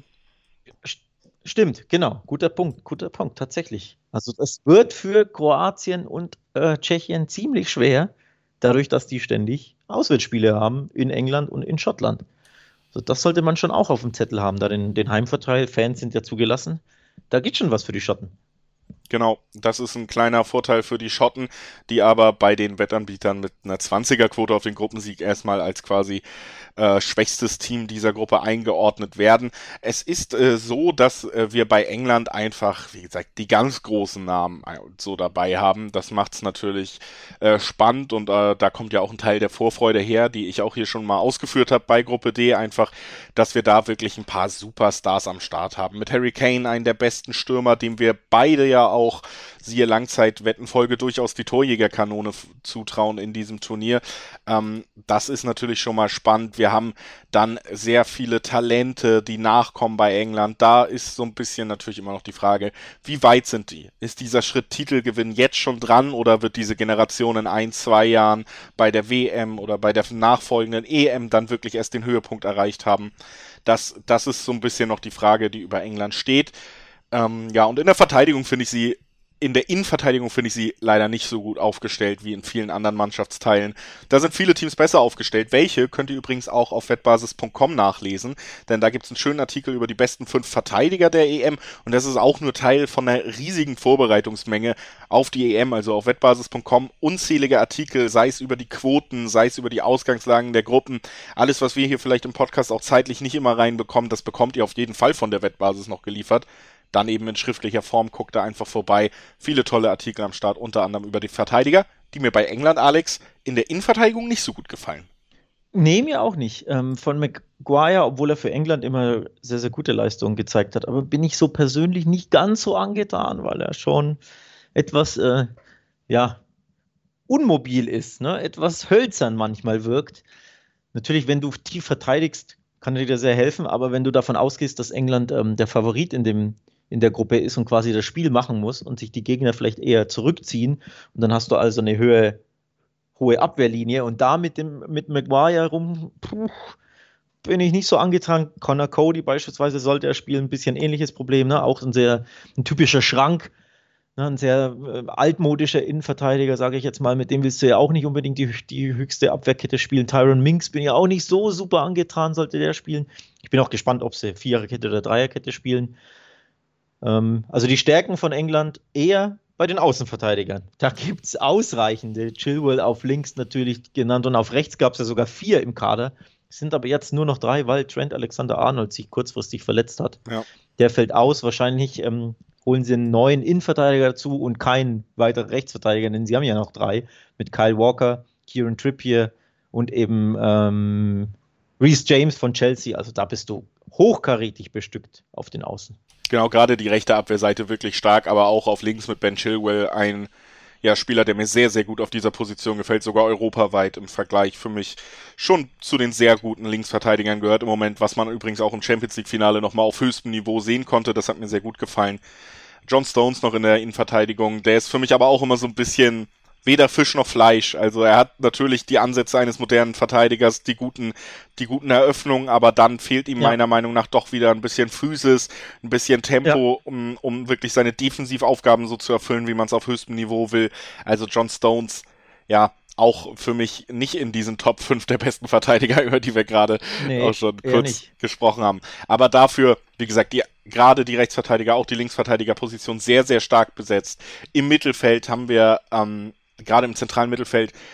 Stimmt, genau. Guter Punkt, guter Punkt, tatsächlich. Also das wird für Kroatien und äh, Tschechien ziemlich schwer, dadurch, dass die ständig Auswärtsspiele haben in England und in Schottland. Also das sollte man schon auch auf dem Zettel haben, da den, den Heimvorteil, Fans sind ja zugelassen. Da geht schon was für die Schotten. Genau, das ist ein kleiner Vorteil für die Schotten, die aber bei den Wettanbietern mit einer zwanziger-Quote auf den Gruppensieg erstmal als quasi äh, schwächstes Team dieser Gruppe eingeordnet werden. Es ist äh, so, dass äh, wir bei England einfach, wie gesagt, die ganz großen Namen so dabei haben. Das macht es natürlich äh, spannend und äh, da kommt ja auch ein Teil der Vorfreude her, die ich auch hier schon mal ausgeführt habe bei Gruppe D, einfach, dass wir da wirklich ein paar Superstars am Start haben. Mit Harry Kane, einen der besten Stürmer, dem wir beide ja auch auch, siehe Langzeitwettenfolge, durchaus die Torjägerkanone f- zutrauen in diesem Turnier. Ähm, das ist natürlich schon mal spannend. Wir haben dann sehr viele Talente, die nachkommen bei England. Da ist so ein bisschen natürlich immer noch die Frage, wie weit sind die? Ist dieser Schritt Titelgewinn jetzt schon dran oder wird diese Generation in ein, zwei Jahren bei der W M oder bei der nachfolgenden E M dann wirklich erst den Höhepunkt erreicht haben? Das, das ist so ein bisschen noch die Frage, die über England steht. Ähm, ja, und in der Verteidigung finde ich sie, in der Innenverteidigung finde ich sie leider nicht so gut aufgestellt wie in vielen anderen Mannschaftsteilen. Da sind viele Teams besser aufgestellt. Welche könnt ihr übrigens auch auf wettbasis punkt com nachlesen, denn da gibt es einen schönen Artikel über die besten fünf Verteidiger der E M und das ist auch nur Teil von einer riesigen Vorbereitungsmenge auf die E M, also auf wettbasis punkt com. Unzählige Artikel, sei es über die Quoten, sei es über die Ausgangslagen der Gruppen. Alles, was wir hier vielleicht im Podcast auch zeitlich nicht immer reinbekommen, das bekommt ihr auf jeden Fall von der Wettbasis noch geliefert. Dann eben in schriftlicher Form, guckt da einfach vorbei. Viele tolle Artikel am Start, unter anderem über die Verteidiger, die mir bei England, Alex, in der Innenverteidigung nicht so gut gefallen. Nee, mir auch nicht. Ähm, von Maguire, obwohl er für England immer sehr, sehr gute Leistungen gezeigt hat, aber bin ich so persönlich nicht ganz so angetan, weil er schon etwas, äh, ja, unmobil ist, ne? Etwas hölzern manchmal wirkt. Natürlich, wenn du tief verteidigst, kann er dir sehr helfen, aber wenn du davon ausgehst, dass England ähm, der Favorit in dem in der Gruppe ist und quasi das Spiel machen muss und sich die Gegner vielleicht eher zurückziehen und dann hast du also eine Höhe, hohe Abwehrlinie und da mit dem mit Maguire rum puh, bin ich nicht so angetan. Connor Cody beispielsweise sollte er spielen, ein bisschen ähnliches Problem, ne? Auch ein sehr ein typischer Schrank, ne? Ein sehr äh, altmodischer Innenverteidiger, sage ich jetzt mal, mit dem willst du ja auch nicht unbedingt die, die höchste Abwehrkette spielen. Tyron Minks bin ja auch nicht so super angetan, sollte der spielen. Ich bin auch gespannt, ob sie Viererkette oder Dreierkette spielen. Also die Stärken von England eher bei den Außenverteidigern. Da gibt es ausreichende. Chilwell auf links natürlich genannt und auf rechts gab es ja sogar vier im Kader. Es sind aber jetzt nur noch drei, weil Trent Alexander-Arnold sich kurzfristig verletzt hat. Ja. Der fällt aus. Wahrscheinlich ähm, holen sie einen neuen Innenverteidiger dazu und keinen weiteren Rechtsverteidiger, denn sie haben ja noch drei mit Kyle Walker, Kieran Trippier und eben ähm, Reece James von Chelsea. Also da bist du hochkarätig bestückt auf den Außen. Genau, gerade die rechte Abwehrseite wirklich stark, aber auch auf links mit Ben Chilwell ein ja, Spieler, der mir sehr, sehr gut auf dieser Position gefällt, sogar europaweit im Vergleich für mich schon zu den sehr guten Linksverteidigern gehört im Moment, was man übrigens auch im Champions-League-Finale nochmal auf höchstem Niveau sehen konnte, das hat mir sehr gut gefallen. John Stones noch in der Innenverteidigung, der ist für mich aber auch immer so ein bisschen weder Fisch noch Fleisch. Also er hat natürlich die Ansätze eines modernen Verteidigers, die guten, die guten Eröffnungen, aber dann fehlt ihm ja. meiner Meinung nach doch wieder ein bisschen Physis, ein bisschen Tempo, ja. um, um wirklich seine Defensivaufgaben so zu erfüllen, wie man es auf höchstem Niveau will. Also John Stones, ja, auch für mich nicht in diesen Top fünf der besten Verteidiger, über die wir gerade nee, auch schon kurz nicht. gesprochen haben. Aber dafür, wie gesagt, die, gerade die Rechtsverteidiger, auch die Linksverteidigerposition sehr, sehr stark besetzt. Im Mittelfeld haben wir ähm, gerade im zentralen Mittelfeld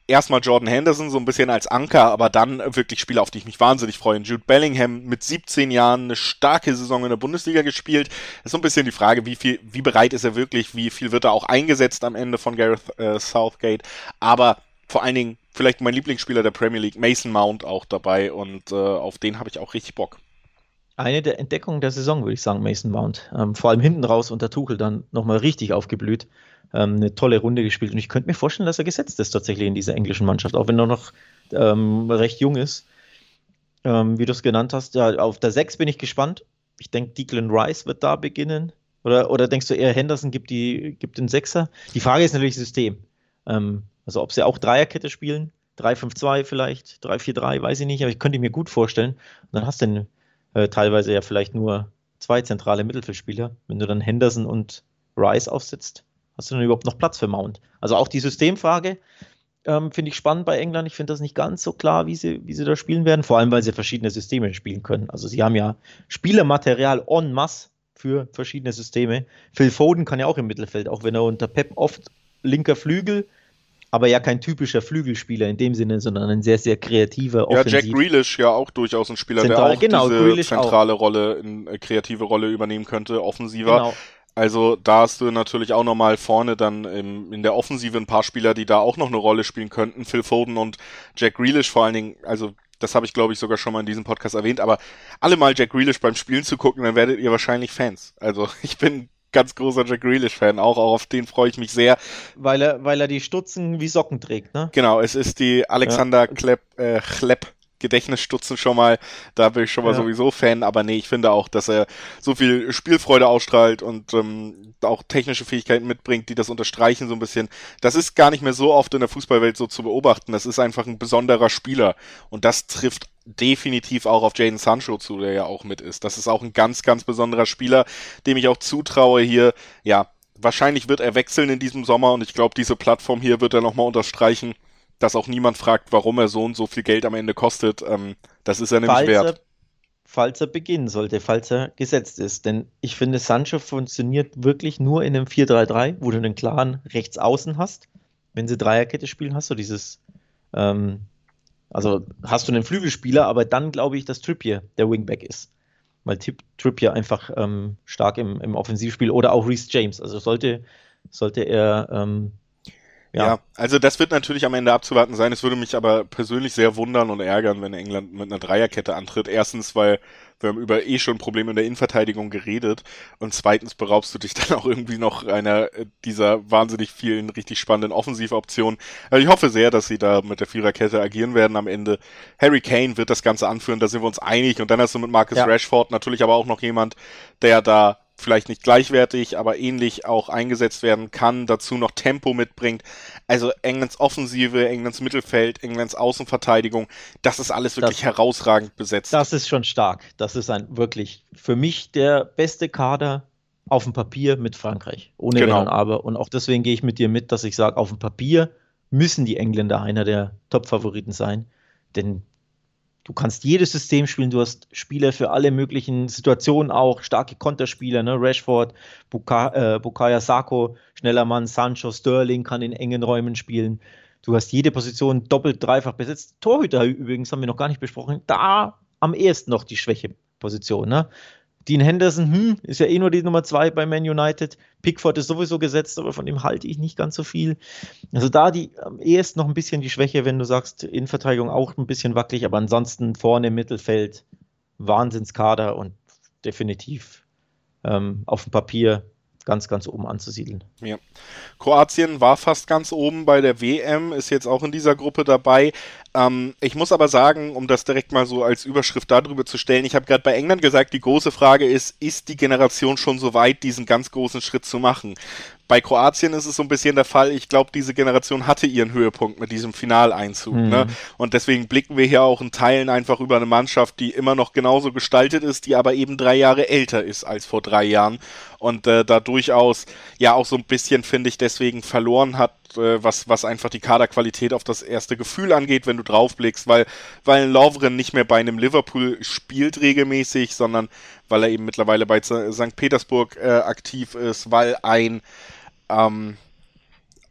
erstmal Jordan Henderson so ein bisschen als Anker, aber dann wirklich Spieler, auf die ich mich wahnsinnig freue. Jude Bellingham mit siebzehn Jahren eine starke Saison in der Bundesliga gespielt. Ist so ein bisschen die Frage, wie viel, wie bereit ist er wirklich, wie viel wird er auch eingesetzt am Ende von Gareth äh, Southgate. Aber vor allen Dingen vielleicht mein Lieblingsspieler der Premier League, Mason Mount, auch dabei und äh, auf den habe ich auch richtig Bock. Eine der Entdeckungen der Saison, würde ich sagen, Mason Mount. Ähm, vor allem hinten raus unter Tuchel dann nochmal richtig aufgeblüht. Ähm, eine tolle Runde gespielt. Und ich könnte mir vorstellen, dass er gesetzt ist tatsächlich in dieser englischen Mannschaft, auch wenn er noch ähm, recht jung ist. Ähm, wie du es genannt hast, ja, auf der sechs bin ich gespannt. Ich denke, Declan Rice wird da beginnen. Oder, oder denkst du eher, Henderson gibt, die, gibt den Sechser? Die Frage ist natürlich System. Ähm, also ob sie auch Dreierkette spielen, drei fünf zwei vielleicht, drei vier drei, weiß ich nicht, aber ich könnte mir gut vorstellen. Und dann hast du den Äh, teilweise ja vielleicht nur zwei zentrale Mittelfeldspieler. Wenn du dann Henderson und Rice aufsetzt, hast du dann überhaupt noch Platz für Mount? Also auch die Systemfrage ähm, finde ich spannend bei England. Ich finde das nicht ganz so klar, wie sie, wie sie da spielen werden, vor allem, weil sie verschiedene Systeme spielen können. Also sie haben ja Spielermaterial en masse für verschiedene Systeme. Phil Foden kann ja auch im Mittelfeld, auch wenn er unter Pep oft linker Flügel, aber ja kein typischer Flügelspieler in dem Sinne, sondern ein sehr, sehr kreativer Ja, Offensiv. Jack Grealish ja auch durchaus ein Spieler, Zentral, der auch genau, diese Grealish zentrale auch. Rolle, eine kreative Rolle übernehmen könnte, offensiver. Genau. Also da hast du natürlich auch nochmal vorne dann im, in der Offensive ein paar Spieler, die da auch noch eine Rolle spielen könnten. Phil Foden und Jack Grealish vor allen Dingen, also das habe ich glaube ich sogar schon mal in diesem Podcast erwähnt, aber alle mal Jack Grealish beim Spielen zu gucken, dann werdet ihr wahrscheinlich Fans. Also ich bin ganz großer Jack Grealish-Fan, auch, auch auf den freue ich mich sehr. Weil er, weil er die Stutzen wie Socken trägt, ne? Genau, es ist die Alexander ja. Klepp, äh, Chlepp Gedächtnisstutzen schon mal, da bin ich schon mal ja. sowieso Fan, aber nee, ich finde auch, dass er so viel Spielfreude ausstrahlt und ähm, auch technische Fähigkeiten mitbringt, die das unterstreichen so ein bisschen. Das ist gar nicht mehr so oft in der Fußballwelt so zu beobachten, das ist einfach ein besonderer Spieler und das trifft definitiv auch auf Jadon Sancho zu, der ja auch mit ist. Das ist auch ein ganz, ganz besonderer Spieler, dem ich auch zutraue hier, ja, wahrscheinlich wird er wechseln in diesem Sommer und ich glaube, diese Plattform hier wird er nochmal unterstreichen, dass auch niemand fragt, warum er so und so viel Geld am Ende kostet. Ähm, das ist er nämlich falls wert. Er, falls er beginnen sollte, falls er gesetzt ist. Denn ich finde, Sancho funktioniert wirklich nur in einem vier drei drei, wo du einen klaren Rechtsaußen hast. Wenn sie Dreierkette spielen, hast du dieses, ähm, also hast du einen Flügelspieler, aber dann glaube ich, dass Trippier der Wingback ist. Weil Trippier einfach ähm, stark im, im Offensivspiel oder auch Reece James. Also sollte, sollte er ähm, Ja. ja, also das wird natürlich am Ende abzuwarten sein. Es würde mich aber persönlich sehr wundern und ärgern, wenn England mit einer Dreierkette antritt. Erstens, weil wir haben über eh schon Probleme in der Innenverteidigung geredet und zweitens beraubst du dich dann auch irgendwie noch einer dieser wahnsinnig vielen richtig spannenden Offensivoptionen. Also ich hoffe sehr, dass sie da mit der Viererkette agieren werden am Ende. Harry Kane wird das Ganze anführen, da sind wir uns einig und dann hast du mit Marcus ja. Rashford natürlich aber auch noch jemand, der da vielleicht nicht gleichwertig, aber ähnlich auch eingesetzt werden kann, dazu noch Tempo mitbringt. Also Englands Offensive, Englands Mittelfeld, Englands Außenverteidigung, das ist alles wirklich das, herausragend besetzt. Das ist schon stark. Das ist ein wirklich für mich der beste Kader auf dem Papier mit Frankreich. Ohne genau. Wenn und Aber. Und auch deswegen gehe ich mit dir mit, dass ich sage, auf dem Papier müssen die Engländer einer der Top-Favoriten sein. Denn du kannst jedes System spielen, du hast Spieler für alle möglichen Situationen auch, starke Konterspieler, ne? Rashford, Buka, äh, Bukayo Saka, schneller Mann, Sancho, Sterling kann in engen Räumen spielen. Du hast jede Position doppelt, dreifach besetzt. Torhüter übrigens haben wir noch gar nicht besprochen, da am ehesten noch die Schwächeposition, ne? Dean Henderson, hm, ist ja eh nur die Nummer zwei bei Man United. Pickford ist sowieso gesetzt, aber von dem halte ich nicht ganz so viel. Also da die am ehesten noch ein bisschen die Schwäche, wenn du sagst, Innenverteidigung auch ein bisschen wackelig, aber ansonsten vorne im Mittelfeld Wahnsinnskader und definitiv ähm, auf dem Papier ganz, ganz oben anzusiedeln. Ja. Kroatien war fast ganz oben bei der W M, ist jetzt auch in dieser Gruppe dabei. Ähm, ich muss aber sagen, um das direkt mal so als Überschrift darüber zu stellen, ich habe gerade bei England gesagt, die große Frage ist, ist die Generation schon so weit, diesen ganz großen Schritt zu machen? Bei Kroatien ist es so ein bisschen der Fall, ich glaube, diese Generation hatte ihren Höhepunkt mit diesem Finaleinzug. Mhm. Ne? Und deswegen blicken wir hier auch in Teilen einfach über eine Mannschaft, die immer noch genauso gestaltet ist, die aber eben drei Jahre älter ist als vor drei Jahren. Und äh, da durchaus ja auch so ein bisschen, finde ich, deswegen verloren hat, äh, was, was einfach die Kaderqualität auf das erste Gefühl angeht, wenn du draufblickst, weil, weil Lovren nicht mehr bei einem Liverpool spielt regelmäßig, sondern weil er eben mittlerweile bei Sankt Petersburg äh, aktiv ist, weil ein Ähm,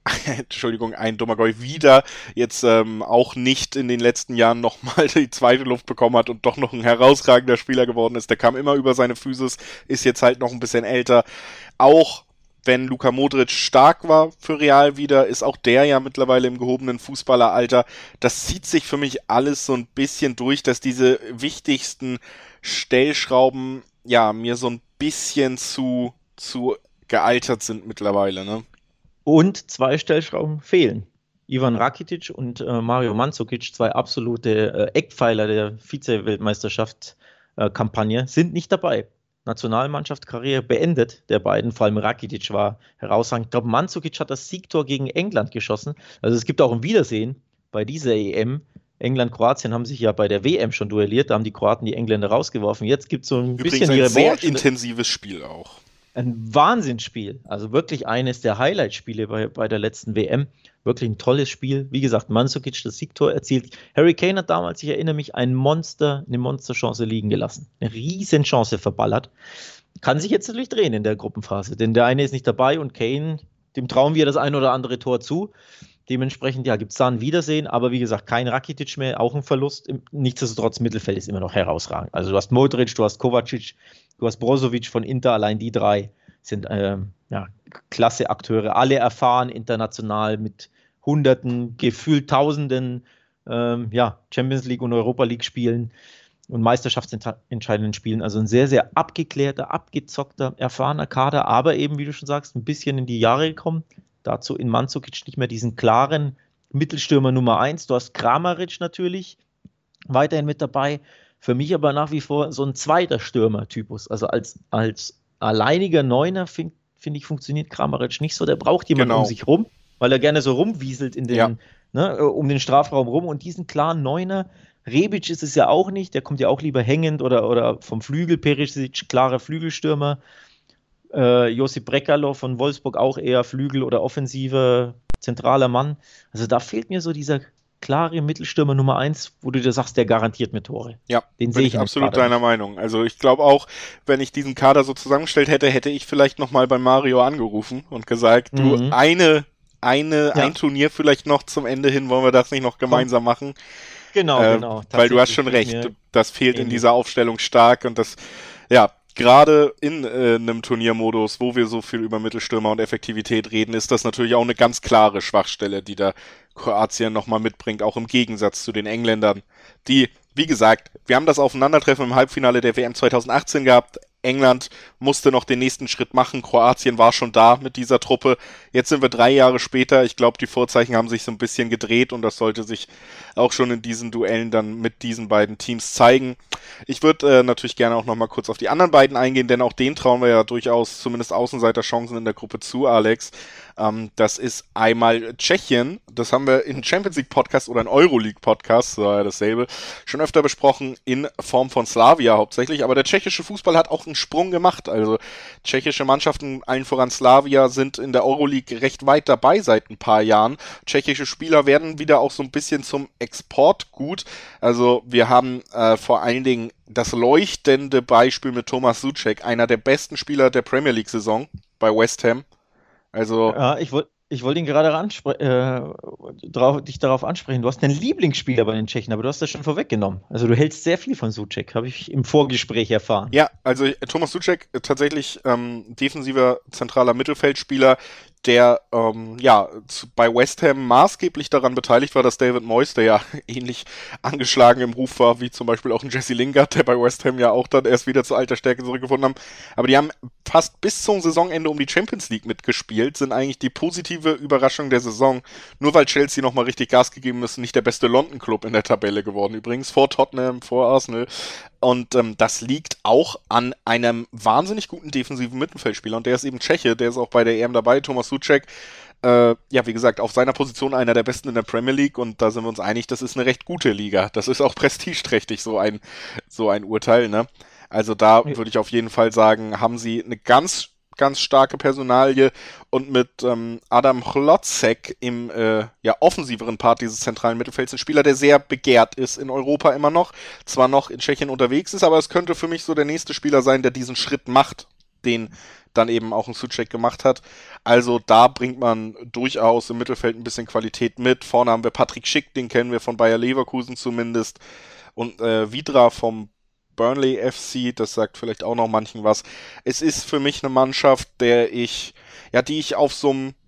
Entschuldigung, ein Domagoj wieder jetzt ähm, auch nicht in den letzten Jahren nochmal die zweite Luft bekommen hat und doch noch ein herausragender Spieler geworden ist. Der kam immer über seine Physis, ist jetzt halt noch ein bisschen älter. Auch wenn Luka Modric stark war für Real wieder, ist auch der ja mittlerweile im gehobenen Fußballeralter. Das zieht sich für mich alles so ein bisschen durch, dass diese wichtigsten Stellschrauben ja mir so ein bisschen zu, zu gealtert sind mittlerweile, ne? Und zwei Stellschrauben fehlen. Ivan Rakitic und äh, Mario Mandzukic, zwei absolute äh, Eckpfeiler der Vize-Weltmeisterschaft-Kampagne, äh, sind nicht dabei. Nationalmannschaft-Karriere beendet, der beiden, vor allem Rakitic war herausragend. Ich glaube, Mandzukic hat das Siegtor gegen England geschossen. Also es gibt auch ein Wiedersehen bei dieser E M. England, Kroatien haben sich ja bei der W M schon duelliert, da haben die Kroaten die Engländer rausgeworfen. Jetzt gibt es so ein Übrigens bisschen ein die sehr Revanche. intensives Spiel auch. Ein Wahnsinnsspiel, also wirklich eines der Highlight-Spiele bei, bei der letzten W M. Wirklich ein tolles Spiel. Wie gesagt, Mandzukic das Siegtor erzielt. Harry Kane hat damals, ich erinnere mich, ein Monster, eine Monsterchance liegen gelassen. Eine riesen Chance verballert. Kann sich jetzt natürlich drehen in der Gruppenphase, denn der eine ist nicht dabei und Kane, dem trauen wir das ein oder andere Tor zu. Dementsprechend, ja, gibt es da ein Wiedersehen, aber wie gesagt, kein Rakitic mehr, auch ein Verlust. Nichtsdestotrotz, Mittelfeld ist immer noch herausragend. Also du hast Modric, du hast Kovacic, du hast Brozovic von Inter, allein die drei sind ähm, ja, klasse Akteure, alle erfahren international mit Hunderten, gefühlt Tausenden ähm, ja, Champions League und Europa League Spielen und meisterschaftsentscheidenden Spielen. Also ein sehr, sehr abgeklärter, abgezockter, erfahrener Kader, aber eben, wie du schon sagst, ein bisschen in die Jahre gekommen. Dazu in Mandzukic nicht mehr diesen klaren Mittelstürmer Nummer eins. Du hast Kramaric natürlich weiterhin mit dabei. Für mich aber nach wie vor so ein zweiter Stürmer-Typus. Also als, als alleiniger Neuner, finde find ich, funktioniert Kramaric nicht so. Der braucht jemanden Genau. um sich rum, weil er gerne so rumwieselt in den, Ja. ne, um den Strafraum rum. Und diesen klaren Neuner, Rebic ist es ja auch nicht. Der kommt ja auch lieber hängend oder, oder vom Flügel. Perisic, klarer Flügelstürmer. Äh, Josip Brekalo von Wolfsburg auch eher Flügel oder offensiver, zentraler Mann. Also da fehlt mir so dieser klare Mittelstürmer Nummer eins, wo du dir sagst, der garantiert mir Tore. Ja, Den bin sehe ich ich in dem absolut Kader deiner nicht. Meinung. Also ich glaube auch, wenn ich diesen Kader so zusammengestellt hätte, hätte ich vielleicht nochmal bei Mario angerufen und gesagt, du, Mhm. eine, eine, Ja. ein Turnier vielleicht noch zum Ende hin, wollen wir das nicht noch gemeinsam machen? Genau, Äh, genau. weil du hast Tatsächlich schon geht recht, mir das fehlt in ähnlich. dieser Aufstellung stark und das, ja, gerade in äh, einem Turniermodus, wo wir so viel über Mittelstürmer und Effektivität reden, ist das natürlich auch eine ganz klare Schwachstelle, die da Kroatien nochmal mitbringt, auch im Gegensatz zu den Engländern, die, wie gesagt, wir haben das Aufeinandertreffen im Halbfinale der W M zweitausendachtzehn gehabt. England musste noch den nächsten Schritt machen. Kroatien war schon da mit dieser Truppe. Jetzt sind wir drei Jahre später. Ich glaube, die Vorzeichen haben sich so ein bisschen gedreht und das sollte sich auch schon in diesen Duellen dann mit diesen beiden Teams zeigen. Ich würde äh, natürlich gerne auch nochmal kurz auf die anderen beiden eingehen, denn auch denen trauen wir ja durchaus zumindest Außenseiterchancen in der Gruppe zu, Alex. Ähm, das ist einmal Tschechien. Das haben wir in Champions League Podcast oder in Euroleague Podcast, so ja dasselbe, schon öfter besprochen in Form von Slavia hauptsächlich. Aber der tschechische Fußball hat auch einen Sprung gemacht. Also tschechische Mannschaften, allen voran Slavia, sind in der Euroleague recht weit dabei seit ein paar Jahren. Tschechische Spieler werden wieder auch so ein bisschen zum Exportgut. Also wir haben äh, vor allen Dingen das leuchtende Beispiel mit Thomas Souček, einer der besten Spieler der Premier League Saison bei West Ham. Also Ja, ich wollte ich wollte ihn gerade anspre- äh, drauf, dich darauf ansprechen. Du hast einen Lieblingsspieler bei den Tschechen, aber du hast das schon vorweggenommen. Also du hältst sehr viel von Souček, habe ich im Vorgespräch erfahren. ja, also Thomas Souček äh, tatsächlich ähm, defensiver zentraler Mittelfeldspieler, der ähm, ja zu, bei West Ham maßgeblich daran beteiligt war, dass David Moyes, der ja ähnlich angeschlagen im Ruf war, wie zum Beispiel auch ein Jesse Lingard, der bei West Ham ja auch dann erst wieder zur alter Stärke zurückgefunden haben. Aber die haben fast bis zum Saisonende um die Champions League mitgespielt, sind eigentlich die positive Überraschung der Saison. Nur weil Chelsea nochmal richtig Gas gegeben ist, nicht der beste London-Club in der Tabelle geworden übrigens, vor Tottenham, vor Arsenal. Und ähm, das liegt auch an einem wahnsinnig guten defensiven Mittelfeldspieler. Und der ist eben Tscheche, der ist auch bei der E M dabei, Thomas Souček. Äh, ja, wie gesagt, auf seiner Position einer der besten in der Premier League. Und da sind wir uns einig, das ist eine recht gute Liga. Das ist auch prestigeträchtig, so ein, so ein Urteil, ne? Also da Ja. würde ich auf jeden Fall sagen, haben sie eine ganz, ganz starke Personalie und mit ähm, Adam Chlocek im äh, ja, offensiveren Part dieses zentralen Mittelfelds ein Spieler, der sehr begehrt ist in Europa immer noch, zwar noch in Tschechien unterwegs ist, aber es könnte für mich so der nächste Spieler sein, der diesen Schritt macht den dann eben auch ein Souček gemacht hat. Also da bringt man durchaus im Mittelfeld ein bisschen Qualität mit. Vorne haben wir Patrick Schick, den kennen wir von Bayer Leverkusen zumindest. Und äh, Vidra vom Burnley F C, das sagt vielleicht auch noch manchen was. Es ist für mich eine Mannschaft, der ich, ja, die ich auf so einem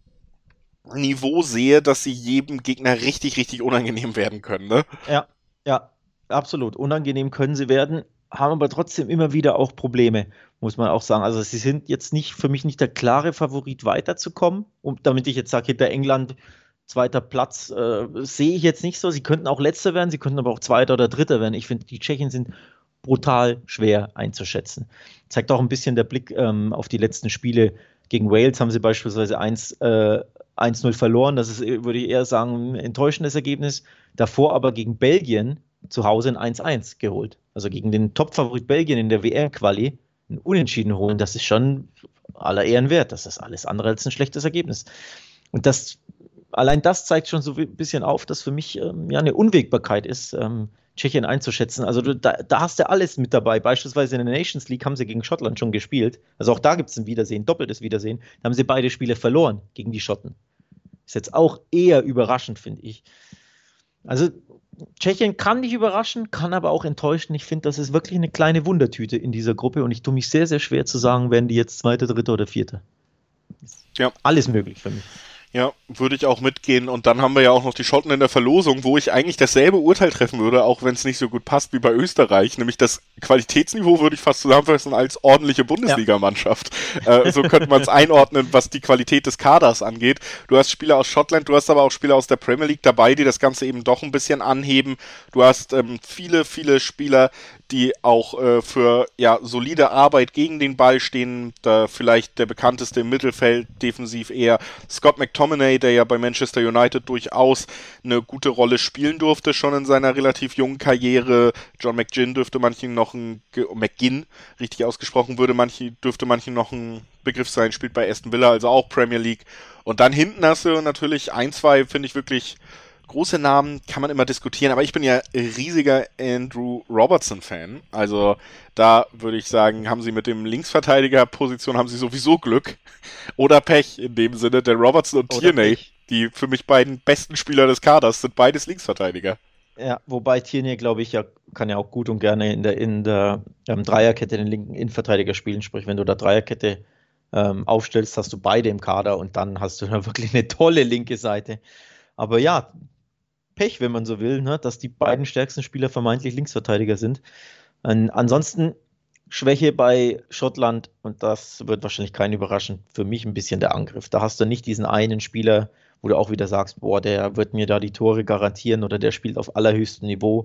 Niveau sehe, dass sie jedem Gegner richtig, richtig unangenehm werden können, ne? Ja, ja, absolut. Unangenehm können sie werden, haben aber trotzdem immer wieder auch Probleme, muss man auch sagen. Also sie sind jetzt nicht für mich nicht der klare Favorit weiterzukommen. Und damit ich jetzt sage, hinter England zweiter Platz, äh, sehe ich jetzt nicht so. Sie könnten auch Letzter werden, sie könnten aber auch Zweiter oder Dritter werden. Ich finde, die Tschechen sind brutal schwer einzuschätzen. Zeigt auch ein bisschen der Blick ähm, auf die letzten Spiele. Gegen Wales haben sie beispielsweise eins, äh, eins null verloren. Das ist, würde ich eher sagen, ein enttäuschendes Ergebnis. Davor aber gegen Belgien zu Hause ein eins eins geholt. Also gegen den Topfavorit Belgien in der W M-Quali ein Unentschieden holen, das ist schon aller Ehren wert. Das ist alles andere als ein schlechtes Ergebnis. Und das, allein das zeigt schon so ein bisschen auf, dass für mich ähm, ja eine Unwägbarkeit ist, ähm, Tschechien einzuschätzen. Also du, da, da hast du alles mit dabei. Beispielsweise in der Nations League haben sie gegen Schottland schon gespielt. Also auch da gibt es ein Wiedersehen, doppeltes Wiedersehen. Da haben sie beide Spiele verloren gegen die Schotten. Ist jetzt auch eher überraschend, finde ich. Also Tschechien kann nicht überraschen, kann aber auch enttäuschen. Ich finde, das ist wirklich eine kleine Wundertüte in dieser Gruppe und ich tue mich sehr, sehr schwer zu sagen, werden die jetzt Zweiter, Dritter oder Vierter. Ja. Alles möglich für mich. Ja, würde ich auch mitgehen. Und dann haben wir ja auch noch die Schotten in der Verlosung, wo ich eigentlich dasselbe Urteil treffen würde, auch wenn es nicht so gut passt wie bei Österreich. Nämlich das Qualitätsniveau würde ich fast zusammenfassen als ordentliche Bundesligamannschaft. Ja. Äh, so könnte man es einordnen, was die Qualität des Kaders angeht. Du hast Spieler aus Schottland, du hast aber auch Spieler aus der Premier League dabei, die das Ganze eben doch ein bisschen anheben. Du hast ähm, viele, viele Spieler, die auch äh, für ja solide Arbeit gegen den Ball stehen. Da vielleicht der bekannteste im Mittelfeld, defensiv eher Scott McTominay, der ja bei Manchester United durchaus eine gute Rolle spielen durfte, schon in seiner relativ jungen Karriere. John McGinn dürfte manchen noch ein, McGinn, richtig ausgesprochen, würde manche, dürfte manchen noch ein Begriff sein, spielt bei Aston Villa, also auch Premier League. Und dann hinten hast du natürlich ein, zwei, finde ich wirklich große Namen, kann man immer diskutieren, aber ich bin ja riesiger Andrew Robertson-Fan. Also da würde ich sagen, haben sie mit dem Linksverteidiger-Position haben sie sowieso Glück oder Pech in dem Sinne, denn Robertson und Tierney, die für mich beiden besten Spieler des Kaders, sind beides Linksverteidiger. Ja, wobei Tierney, glaube ich, ja kann ja auch gut und gerne in der, in der ähm, Dreierkette den linken Innenverteidiger spielen. Sprich, wenn du da Dreierkette ähm, aufstellst, hast du beide im Kader und dann hast du dann wirklich eine tolle linke Seite. Aber ja, Pech, wenn man so will, ne, dass die beiden stärksten Spieler vermeintlich Linksverteidiger sind. Ähm, ansonsten Schwäche bei Schottland, und das wird wahrscheinlich keinen überraschen, für mich ein bisschen der Angriff. Da hast du nicht diesen einen Spieler, wo du auch wieder sagst, boah, der wird mir da die Tore garantieren oder der spielt auf allerhöchstem Niveau.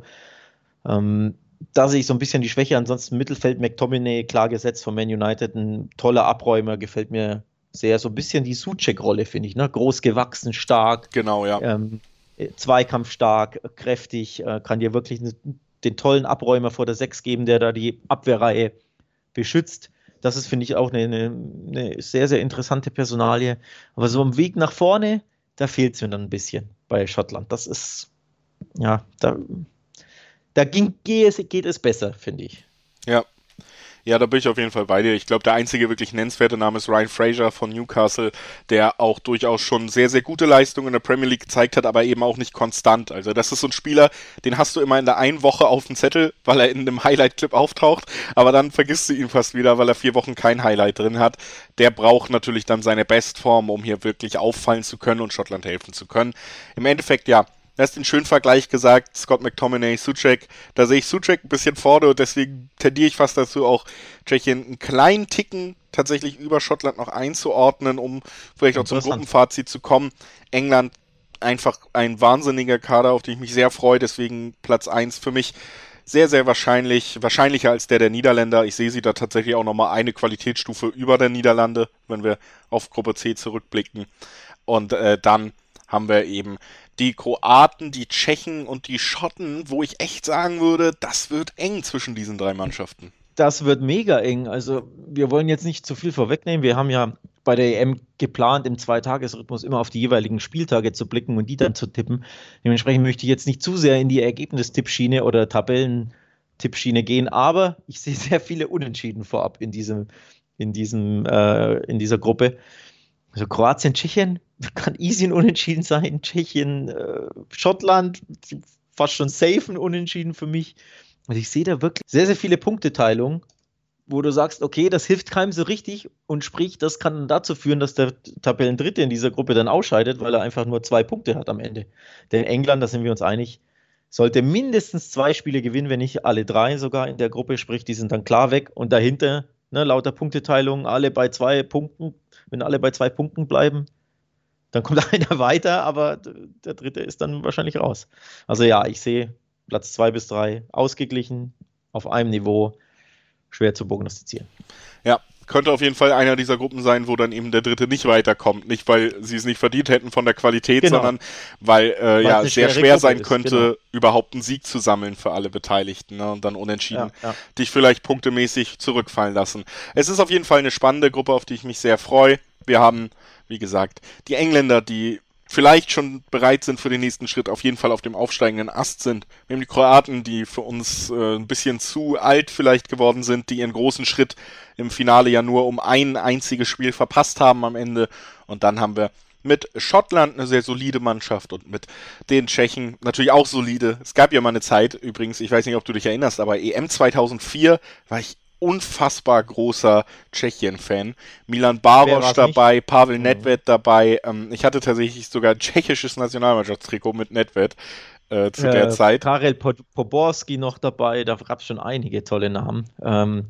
Ähm, da sehe ich so ein bisschen die Schwäche. Ansonsten Mittelfeld McTominay, klar gesetzt von Man United, ein toller Abräumer, gefällt mir sehr. So ein bisschen die Souček-Rolle, finde ich, ne? Groß gewachsen, stark. Genau, ja. Ähm, zweikampfstark, kräftig, äh, kann dir wirklich ne, den tollen Abräumer vor der Sechs geben, der da die Abwehrreihe beschützt. Das ist, finde ich, auch eine, eine, eine sehr, sehr interessante Personalie. Aber so am Weg nach vorne, da fehlt es mir dann ein bisschen bei Schottland. Das ist, ja, da, da ging, geht, es, geht es besser, finde ich. Ja. Ja, da bin ich auf jeden Fall bei dir. Ich glaube, der einzige wirklich nennenswerte Name ist Ryan Fraser von Newcastle, der auch durchaus schon sehr, sehr gute Leistungen in der Premier League gezeigt hat, aber eben auch nicht konstant. Also das ist so ein Spieler, den hast du immer in der einen Woche auf dem Zettel, weil er in einem Highlight-Clip auftaucht, aber dann vergisst du ihn fast wieder, weil er vier Wochen kein Highlight drin hat. Der braucht natürlich dann seine Bestform, um hier wirklich auffallen zu können und Schottland helfen zu können. Im Endeffekt, ja, du hast den schönen Vergleich gesagt, Scott McTominay, Souček. Da sehe ich Souček ein bisschen vorne und deswegen tendiere ich fast dazu, auch Tschechien einen kleinen Ticken tatsächlich über Schottland noch einzuordnen, um vielleicht auch zum Gruppenfazit zu kommen. England einfach ein wahnsinniger Kader, auf den ich mich sehr freue, deswegen Platz eins für mich sehr, sehr wahrscheinlich, wahrscheinlicher als der der Niederländer. Ich sehe sie da tatsächlich auch nochmal eine Qualitätsstufe über der Niederlande, wenn wir auf Gruppe C zurückblicken. Und äh, dann haben wir eben die Kroaten, die Tschechen und die Schotten, wo ich echt sagen würde, das wird eng zwischen diesen drei Mannschaften. Das wird mega eng. Also wir wollen jetzt nicht zu viel vorwegnehmen. Wir haben ja bei der E M geplant, im Zweitagesrhythmus immer auf die jeweiligen Spieltage zu blicken und die dann zu tippen. Dementsprechend möchte ich jetzt nicht zu sehr in die Ergebnistippschiene oder Tabellentippschiene gehen, aber ich sehe sehr viele Unentschieden vorab in diesem in, diesem, äh, in dieser Gruppe. Also Kroatien, Tschechien, kann easy ein Unentschieden sein. Tschechien, äh, Schottland, fast schon safe ein Unentschieden für mich. Also ich sehe da wirklich sehr, sehr viele Punkteteilungen, wo du sagst, okay, das hilft keinem so richtig und sprich, das kann dann dazu führen, dass der Tabellendritte in dieser Gruppe dann ausscheidet, weil er einfach nur zwei Punkte hat am Ende. Denn England, da sind wir uns einig, sollte mindestens zwei Spiele gewinnen, wenn nicht alle drei sogar in der Gruppe, sprich, die sind dann klar weg und dahinter, ne, lauter Punkteteilung, alle bei zwei Punkten, wenn alle bei zwei Punkten bleiben, dann kommt einer weiter, aber der dritte ist dann wahrscheinlich raus. Also ja, ich sehe Platz zwei bis drei ausgeglichen, auf einem Niveau, schwer zu prognostizieren. Ja, könnte auf jeden Fall einer dieser Gruppen sein, wo dann eben der Dritte nicht weiterkommt. Nicht, weil sie es nicht verdient hätten von der Qualität, genau. sondern weil äh, ja sehr schwer sein ist, könnte, genau. überhaupt einen Sieg zu sammeln für alle Beteiligten, ne? Und dann unentschieden ja, ja. dich vielleicht punktemäßig zurückfallen lassen. Es ist auf jeden Fall eine spannende Gruppe, auf die ich mich sehr freue. Wir haben, wie gesagt, die Engländer, die vielleicht schon bereit sind für den nächsten Schritt, auf jeden Fall auf dem aufsteigenden Ast sind. Wir haben die Kroaten, die für uns äh, ein bisschen zu alt vielleicht geworden sind, die ihren großen Schritt im Finale ja nur um ein einziges Spiel verpasst haben am Ende. Und dann haben wir mit Schottland eine sehr solide Mannschaft und mit den Tschechen natürlich auch solide. Es gab ja mal eine Zeit, übrigens, ich weiß nicht, ob du dich erinnerst, aber E M zweitausendvier war ich unfassbar großer Tschechien-Fan. Milan Baroš dabei, nicht? Pavel Nedved dabei. Ähm, ich hatte tatsächlich sogar ein tschechisches Nationalmannschaftstrikot mit Nedved äh, zu äh, der Zeit. Karel Poborský noch dabei, da gab es schon einige tolle Namen. Ähm,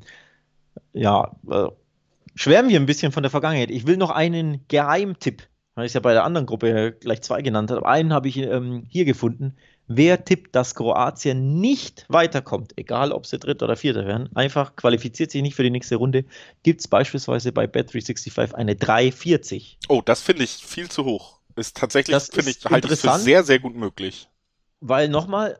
ja, äh, schwärmen wir ein bisschen von der Vergangenheit. Ich will noch einen Geheimtipp, weil ich es ja bei der anderen Gruppe gleich zwei genannt habe. Einen habe ich ähm, hier gefunden. Wer tippt, dass Kroatien nicht weiterkommt, egal ob sie Dritter oder Vierter werden, einfach qualifiziert sich nicht für die nächste Runde, gibt es beispielsweise bei Bet dreihundertfünfundsechzig eine drei vierzig. Oh, das finde ich viel zu hoch. Ist tatsächlich, finde ich, halte ich für sehr, sehr gut möglich. Weil nochmal,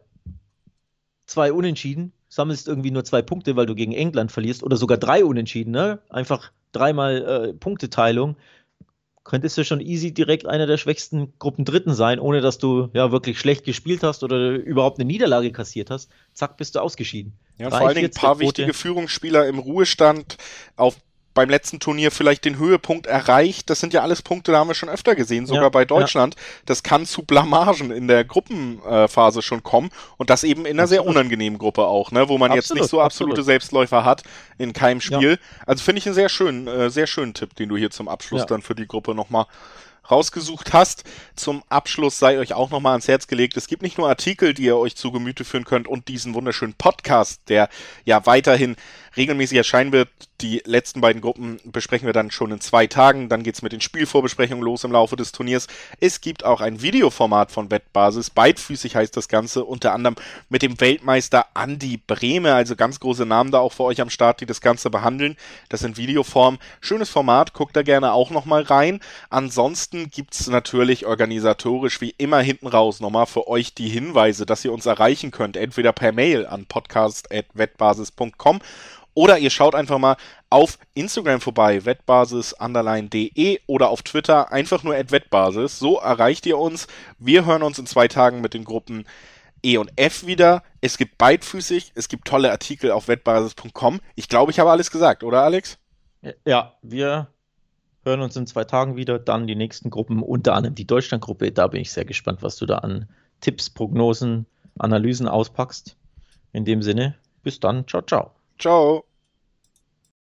zwei Unentschieden, sammelst irgendwie nur zwei Punkte, weil du gegen England verlierst, oder sogar drei Unentschieden, ne? Einfach dreimal äh, Punkteteilung. Könntest du schon easy direkt einer der schwächsten Gruppendritten sein, ohne dass du ja wirklich schlecht gespielt hast oder überhaupt eine Niederlage kassiert hast. Zack, bist du ausgeschieden. Ja, vor allen Dingen ein paar wichtige Führungsspieler im Ruhestand, auf beim letzten Turnier vielleicht den Höhepunkt erreicht. Das sind ja alles Punkte, da haben wir schon öfter gesehen, sogar ja, bei Deutschland. Ja. Das kann zu Blamagen in der Gruppenphase schon kommen und das eben in einer absolut. sehr unangenehmen Gruppe auch, ne, wo man absolut, jetzt nicht so absolute absolut. Selbstläufer hat in keinem Spiel. Ja. Also finde ich einen sehr schönen, äh, sehr schönen Tipp, den du hier zum Abschluss ja. dann für die Gruppe nochmal rausgesucht hast. Zum Abschluss sei euch auch nochmal ans Herz gelegt, es gibt nicht nur Artikel, die ihr euch zu Gemüte führen könnt und diesen wunderschönen Podcast, der ja weiterhin regelmäßig erscheinen wird. Die letzten beiden Gruppen besprechen wir dann schon in zwei Tagen. Dann geht's mit den Spielvorbesprechungen los im Laufe des Turniers. Es gibt auch ein Videoformat von Wettbasis. Beidfüßig heißt das Ganze, unter anderem mit dem Weltmeister Andi Brehme. Also ganz große Namen da auch für euch am Start, die das Ganze behandeln. Das sind Videoform. Schönes Format, guckt da gerne auch nochmal rein. Ansonsten gibt's natürlich organisatorisch wie immer hinten raus nochmal für euch die Hinweise, dass ihr uns erreichen könnt. Entweder per Mail an podcast at wettbasis punkt com oder ihr schaut einfach mal auf Instagram vorbei, wettbasis underline de oder auf Twitter einfach nur at wettbasis. So erreicht ihr uns. Wir hören uns in zwei Tagen mit den Gruppen E und F wieder. Es gibt beidfüßig, es gibt tolle Artikel auf wettbasis punkt com. Ich glaube, ich habe alles gesagt, oder Alex? Ja, wir hören uns in zwei Tagen wieder. Dann die nächsten Gruppen, unter anderem die Deutschlandgruppe. Da bin ich sehr gespannt, was du da an Tipps, Prognosen, Analysen auspackst. In dem Sinne, bis dann. Ciao, ciao. Ciao.